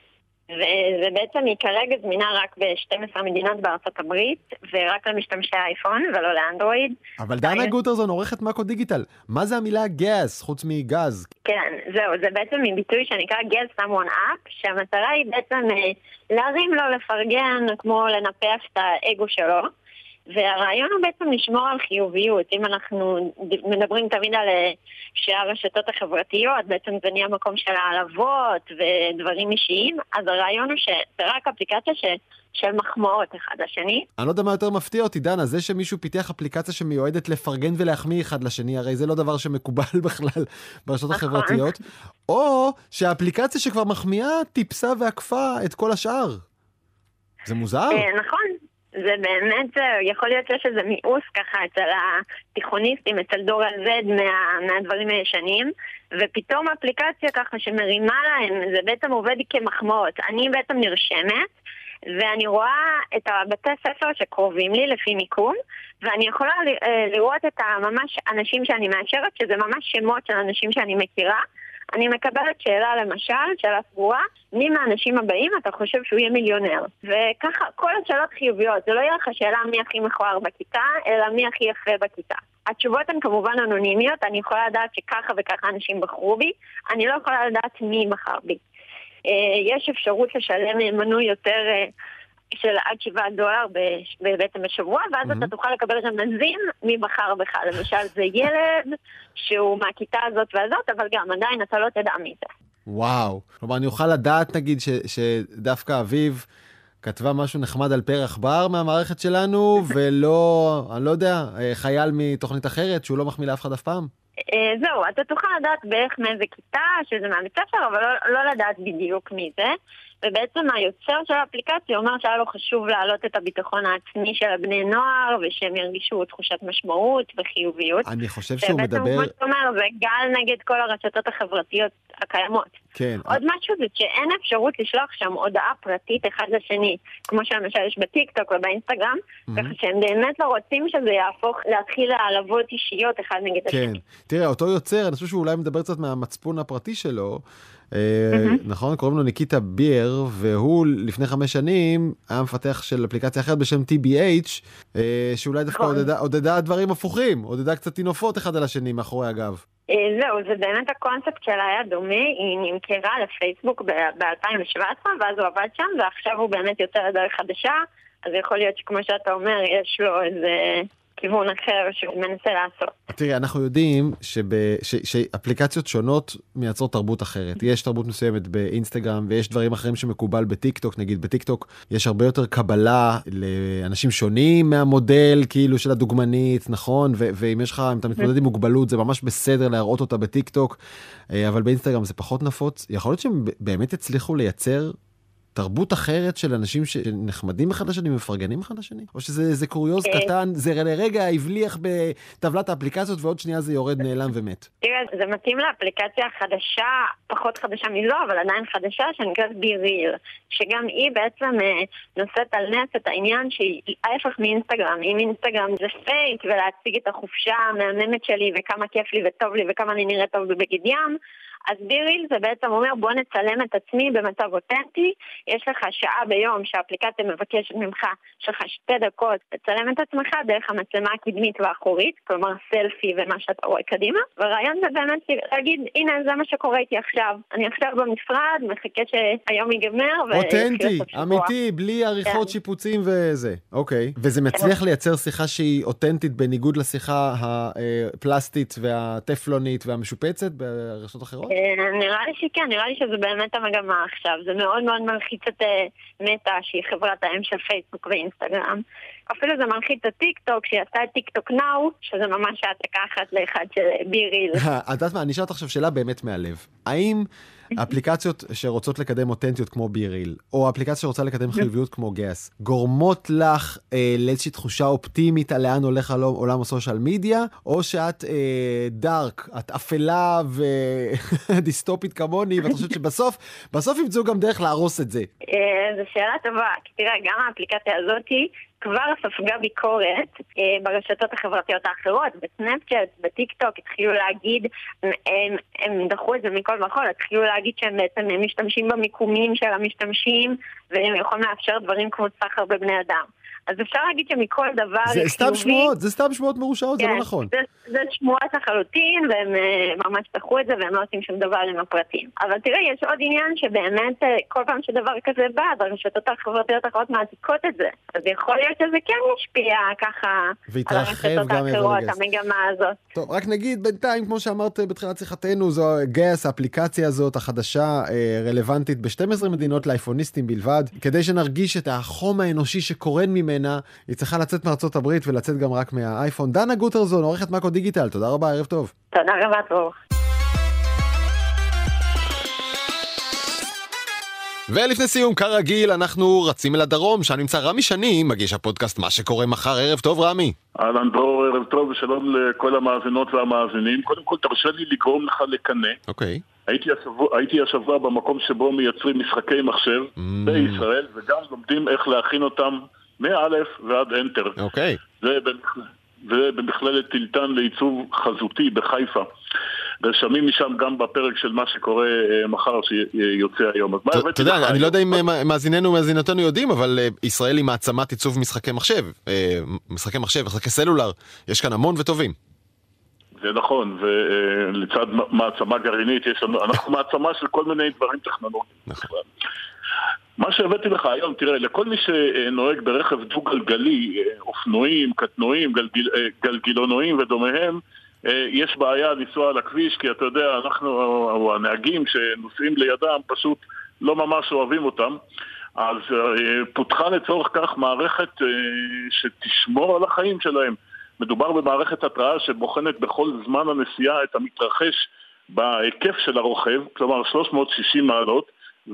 S12: ובעצם היא כרגע זמינה רק ב-שתים עשרה מדינות בארצות הברית, ורק למשתמשי האייפון ולא לאנדרואיד.
S1: אבל דנה גוטרזון, עורכת מאקו דיגיטל, מה זה המילה גז, חוץ מגז?
S12: כן, זהו, זה בעצם מביטוי שנקרא Get Someone Up, שהמטרה היא בעצם להרים לו, לפרגן, כמו לנפח את האגו שלו, והרעיון הוא בעצם לשמור על חיוביות. אם אנחנו מדברים תמיד על שהרשתות החברתיות, בעצם זה נהיה מקום של העלבות ודברים אישיים, אז הרעיון הוא שזה רק אפליקציה ש... של מחמאות אחד לשני.
S1: אני לא יודע מה יותר מפתיע אותי, דנה, זה שמישהו פיתח אפליקציה שמיועדת לפרגן ולהחמיא אחד לשני, הרי זה לא דבר שמקובל בכלל ברשתות החברתיות, או שהאפליקציה שכבר מחמיאה טיפסה ועקפה את כל השאר. זה מוזר?
S12: נכון. זה באמת, יכול להיות שיש איזה מיאוס ככה אצל התיכוניסטים, אצל דור ה-Z מה, מהדברים הישנים, ופתאום אפליקציה ככה שמרימה להם, זה בעצם עובד כמחמאות. אני בעצם נרשמת, ואני רואה את הבתי ספר שקרובים לי לפי מיקום, ואני יכולה לראות את הממש אנשים שאני מאשרת, שזה ממש שמות של אנשים שאני מכירה. אני מקבלת שאלה למשל, שאלה סגורה, מי מהאנשים הבאים אתה חושב שהוא יהיה מיליונר? וככה, כל השאלות חיוביות, זה לא יהיה לך שאלה מי הכי מכוער בכיתה, אלא מי הכי יפה בכיתה. התשובות הן כמובן אנונימיות, אני יכולה לדעת שככה וככה אנשים בחרו בי, אני לא יכולה לדעת מי בחר בי. יש אפשרות לשלם מנוי יותר של עד שבעה דולר בעצם בשבוע, ואז אתה תוכל לקבל רמזים מי בחר בך. למשל זה ילד שהוא מהכיתה הזאת והזאת, אבל גם עדיין אתה לא תדע מי זה.
S1: וואו. כלומר, אני אוכל לדעת, נגיד, שדווקא אביב כתבה משהו נחמד על פרח בר מהמערכת שלנו, ולא, אני לא יודע, חייל מתוכנית אחרת, שהוא לא מחמיא לאף אחד אף פעם?
S12: זהו, אתה תוכל לדעת בערך מאיזה כיתה, שזה מהבית ספר, אבל לא, לא לדעת בדיוק מי זה. ובעצם היוצר של האפליקציה אומר שהיה לו חשוב להעלות את הביטחון העצמי של הבני נוער, ושהם ירגישו תחושת משמעות וחיוביות.
S1: אני חושב שהוא מדבר...
S12: ובעצם כמו שאתה אומר, זה גל נגד כל הרשתות החברתיות הקיימות.
S1: כן.
S12: עוד משהו זה שאין אפשרות לשלוח שם הודעה פרטית אחד לשני, כמו שלמשל יש בטיק-טוק ובאינסטגרם, mm-hmm. ככה שהם באמת לא רוצים שזה יהפוך להתחיל להעלבות אישיות אחד נגד
S1: כן. השני. תראה, אותו יוצר, אני חושב שהוא אולי מדבר קצת מהמצפון הפרטי שלו, Mm-hmm. נכון? קוראים לו ניקיטה ביר, והוא לפני חמש שנים היה מפתח של אפליקציה אחרת בשם טי בי אייץ', שאולי דווקא עודדה, עודדה דברים הפוכים, עודדה קצת תינופות אחד על השני מאחורי הגב.
S12: זהו, זה באמת הקונספט שלה היה דומה, היא נמכרה לפייסבוק ב-אלפיים שבע עשרה, ואז הוא עבד שם, ועכשיו הוא באמת יוצא לדרך חדשה, אז יכול להיות שכמו שאתה אומר, יש לו איזה... כיוון אחר שהוא מנסה לעשות.
S1: תראי, אנחנו יודעים שב, ש, שאפליקציות שונות מייצרות תרבות אחרת. יש תרבות מסוימת באינסטגרם, ויש דברים אחרים שמקובל בטיקטוק. נגיד, בטיקטוק יש הרבה יותר קבלה לאנשים שונים מהמודל, כאילו, של הדוגמנית, נכון? ו- ואם יש לך, אם אתה מתמודד עם מוגבלות, זה ממש בסדר להראות אותה בטיקטוק, אבל באינסטגרם זה פחות נפוץ. יכול להיות שהם באמת הצליחו לייצר תרבות אחרת של אנשים שנחמדים אחד לשני, מפרגנים אחד לשני? או שזה קוריוז קטן, זה לרגע הבליח בטבלת האפליקציות, ועוד שנייה זה יורד, נעלם ומת?
S12: תראה, זה מתאים לאפליקציה חדשה, פחות חדשה מזו, אבל עדיין חדשה, שנקראת ביריל, שגם היא בעצם נושאת על נס את העניין שהיא ההפך מאינסטגרם. אם אינסטגרם זה פייק, ולהציג את החופשה המהממת שלי, וכמה כיף לי וטוב לי, וכמה אני נראית טוב בבגד ים, אז ביריל זה בעצם אומר בוא נצלם את עצמי במצב אותנטי, יש לך שעה ביום שהאפליקציה מבקשת ממך, יש לך שתי דקות לצלם את עצמך דרך המצלמה הקדמית והאחורית, כלומר סלפי ומה שאתה רואה קדימה, והרעיון זה באמת להגיד הנה זה מה שקורה איתי עכשיו, אני עכשיו במשרד, מחכה שהיום ייגמר
S1: אותנטי, אמיתי, בלי עריכות שיפוצים וזה, אוקיי, וזה מצליח לייצר שיחה שהיא אותנטית בניגוד לשיחה הפלסטית והטפלונית והמשופצת ברשתות אחרות?
S12: נראה לי שכן, נראה לי שזה באמת המגמה עכשיו. זה מאוד מאוד מלחיץ את מטא, שהיא חברת האם של פייסבוק ואינסטגרם. אפילו זה מלחיץ את טיק טוק, שהיא עשתה את טיק טוק נאו, שזה ממש העתקה אחת לאחד של ביריל. את
S1: יודעת מה, אני אשאל אותך עכשיו שאלה באמת מהלב. האם אפליקציות שרוצות לקדם אותנטיות כמו ביריל, או אפליקציה שרוצה לקדם חיוביות כמו גס, גורמות לך אה, לאיזושהי תחושה אופטימית על לאן הולך עולם הסושיאל מדיה, או שאת אה, דארק, את אפלה ודיסטופית כמוני, ואת חושבת שבסוף, בסוף ימצאו גם דרך להרוס את זה?
S12: זו שאלה טובה, כי תראה, גם האפליקציה הזאת כבר ספגה ביקורת אה, ברשתות החברתיות האחרות, בסנאפצ'אט, בטיק טוק, התחילו להגיד, הם, הם דחו את זה מכל וכל, התחילו להגיד שהם בעצם משתמשים במיקומים של המשתמשים, והם יכולים לאפשר דברים כמו סחר בבני אדם. אז אפשר להגיד שמכל דבר
S1: זה סתם שמועות, זה סתם שמועות מרושעות, זה לא נכון.
S12: זה שמועות לחלוטין, והם ממש תחו את זה, והם לא עושים שום דבר עם הפרטים. אבל תראה, יש עוד עניין שבאמת כל פעם שדבר כזה בא, הרשתות החברתיות האחרות מעתיקות את זה. אז יכול להיות שזה כן משפיע ככה על הרשתות האחרות, המגמה הזאת.
S1: טוב, רק נגיד בינתיים, כמו שאמרת בתחילת שיחתנו, זו גס, האפליקציה הזאת החדשה, רלוונטית ב-שתים עשרה מדינות לאייפוניסטים בלבד, כדי שנרגיש את החום האנושי שקורן ממנו, היא צריכה לצאת מארצות הברית ולצאת גם רק מהאייפון. דנה גוטרזון, עורכת מאקו דיגיטל, תודה רבה, ערב טוב.
S12: תודה רבה, טוב.
S1: ולפני סיום, כרגיל, אנחנו רצים אל הדרום, שם נמצא רמי שני, מגיש הפודקאסט מה שקורה מחר. ערב טוב, רמי.
S13: אהלן דרור, ערב טוב ושלום לכל המאזינות והמאזינים. קודם כל, תרשה לי לגרום לך לקנה.
S1: אוקיי.
S13: הייתי השבוע, הייתי השבוע במקום שבו מייצרים משחקי מחשב mm. בישראל, וגם לומדים איך להכין אותם מאלף ועד אנטר.
S1: אוקיי.
S13: זה במכללת טילטן לעיצוב חזותי בחיפה. ושמים משם גם בפרק של מה שקורה מחר שיוצא היום.
S1: אתה יודע, אני לא יודע אם מאזיננו ומאזינתנו יודעים, אבל ישראל היא מעצמת עיצוב משחקי מחשב. משחקי מחשב, משחקי סלולר. יש כאן המון וטובים.
S13: זה נכון, ולצד מעצמה גרעינית, אנחנו מעצמה של כל מיני דברים טכנולוגיים.
S1: נכון.
S13: מה שהבאתי לך היום, תראה, לכל מי שנוהג ברכב דו-גלגלי, אופנועים, קטנועים, גלגיל, גלגילונועים ודומיהם, יש בעיה לנסוע על הכביש, כי אתה יודע, אנחנו, או הנהגים שנוסעים לידם, פשוט לא ממש אוהבים אותם. אז פותחה לצורך כך מערכת שתשמור על החיים שלהם. מדובר במערכת התראה שבוחנת בכל זמן הנסיעה את המתרחש בהיקף של הרוכב, כלומר שלוש מאות ושישים מעלות,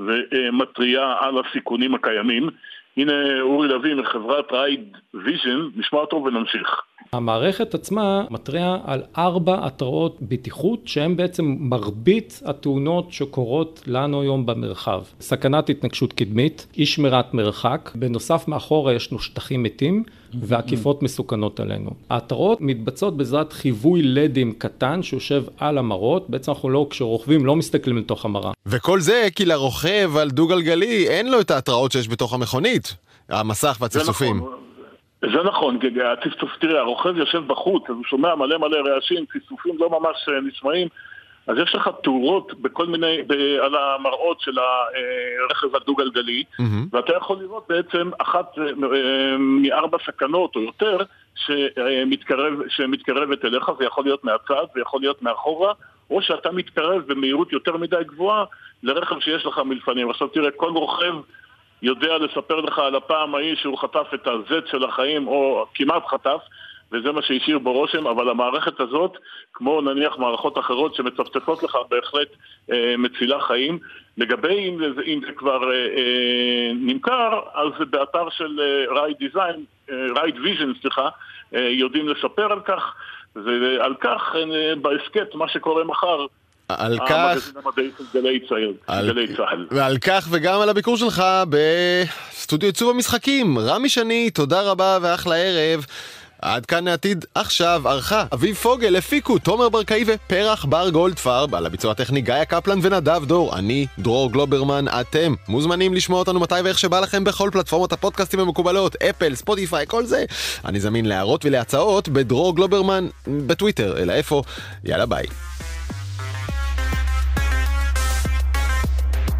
S13: ומטריה על הסיכונים הקיימים. הנה אורי לוי מחברת רייד ויז'ן, נשמע אותו ונמשיך.
S14: המערכת עצמה מטריעה על ארבע התראות בטיחות שהן בעצם מרבית התאונות שקורות לנו היום במרחב. סכנת התנגשות קדמית, אי שמירת מרחק, בנוסף מאחורה יש לנו שטחים מתים ועקיפות מסוכנות עלינו. ההתראות מתבצעות בעזרת חיווי לדים קטן שיושב על המראות, בעצם אנחנו לא, כשרוכבים לא מסתכלים לתוך המראה.
S1: וכל זה כי לרוכב על דו-גלגלי אין לו את ההתראות שיש בתוך המכונית, המסך והצפצופים.
S13: זה נכון, הצפצוף, תראה, הרוכב יושב בחוץ, אז הוא שומע מלא מלא רעשים, צפצופים לא ממש נשמעים, אז יש לך תאורות בכל מיני, ב, על המראות של הרכב הדו-גלגלי, mm-hmm. ואתה יכול לראות בעצם אחת מארבע סכנות או יותר שמתקרב, שמתקרבת אליך, זה יכול להיות מהצד, זה יכול להיות מאחורה, או שאתה מתקרב במהירות יותר מדי גבוהה לרכב שיש לך מלפנים. עכשיו תראה, כל רוכב יודע לספר לך על הפעם ההיא שהוא חטף את הזט של החיים, או כמעט חטף, וזה מה שהשאיר בו רושם, אבל המערכת הזאת, כמו נניח מערכות אחרות שמצפצפות לך, בהחלט אה, מצילה חיים. לגבי אם זה, אם זה כבר אה, אה, נמכר, אז באתר של אה, רייד דיזיין, אה, רייד ויז'ן, סליחה, אה, יודעים לספר על כך, ועל כך אה, בהסקט, מה שקורה מחר,
S1: על כך, ועל כך וגם על הביקור שלך בסטודיו עיצוב המשחקים. רמי שני, תודה רבה ואחלה ערב. עד כאן העתיד עכשיו, ערכה אביב פוגל, הפיקו תומר ברקאי ופרח בר גולדפרב, על הביצוע הטכני גיא קפלן ונדב דור. אני דרור גלוברמן. אתם מוזמנים לשמוע אותנו מתי ואיך שבא לכם בכל פלטפורמות הפודקאסטים המקובלות, אפל, ספוטיפיי, כל זה. אני זמין להערות ולהצעות בדרור גלוברמן בטוויטר. אלא איפה? יאללה ביי.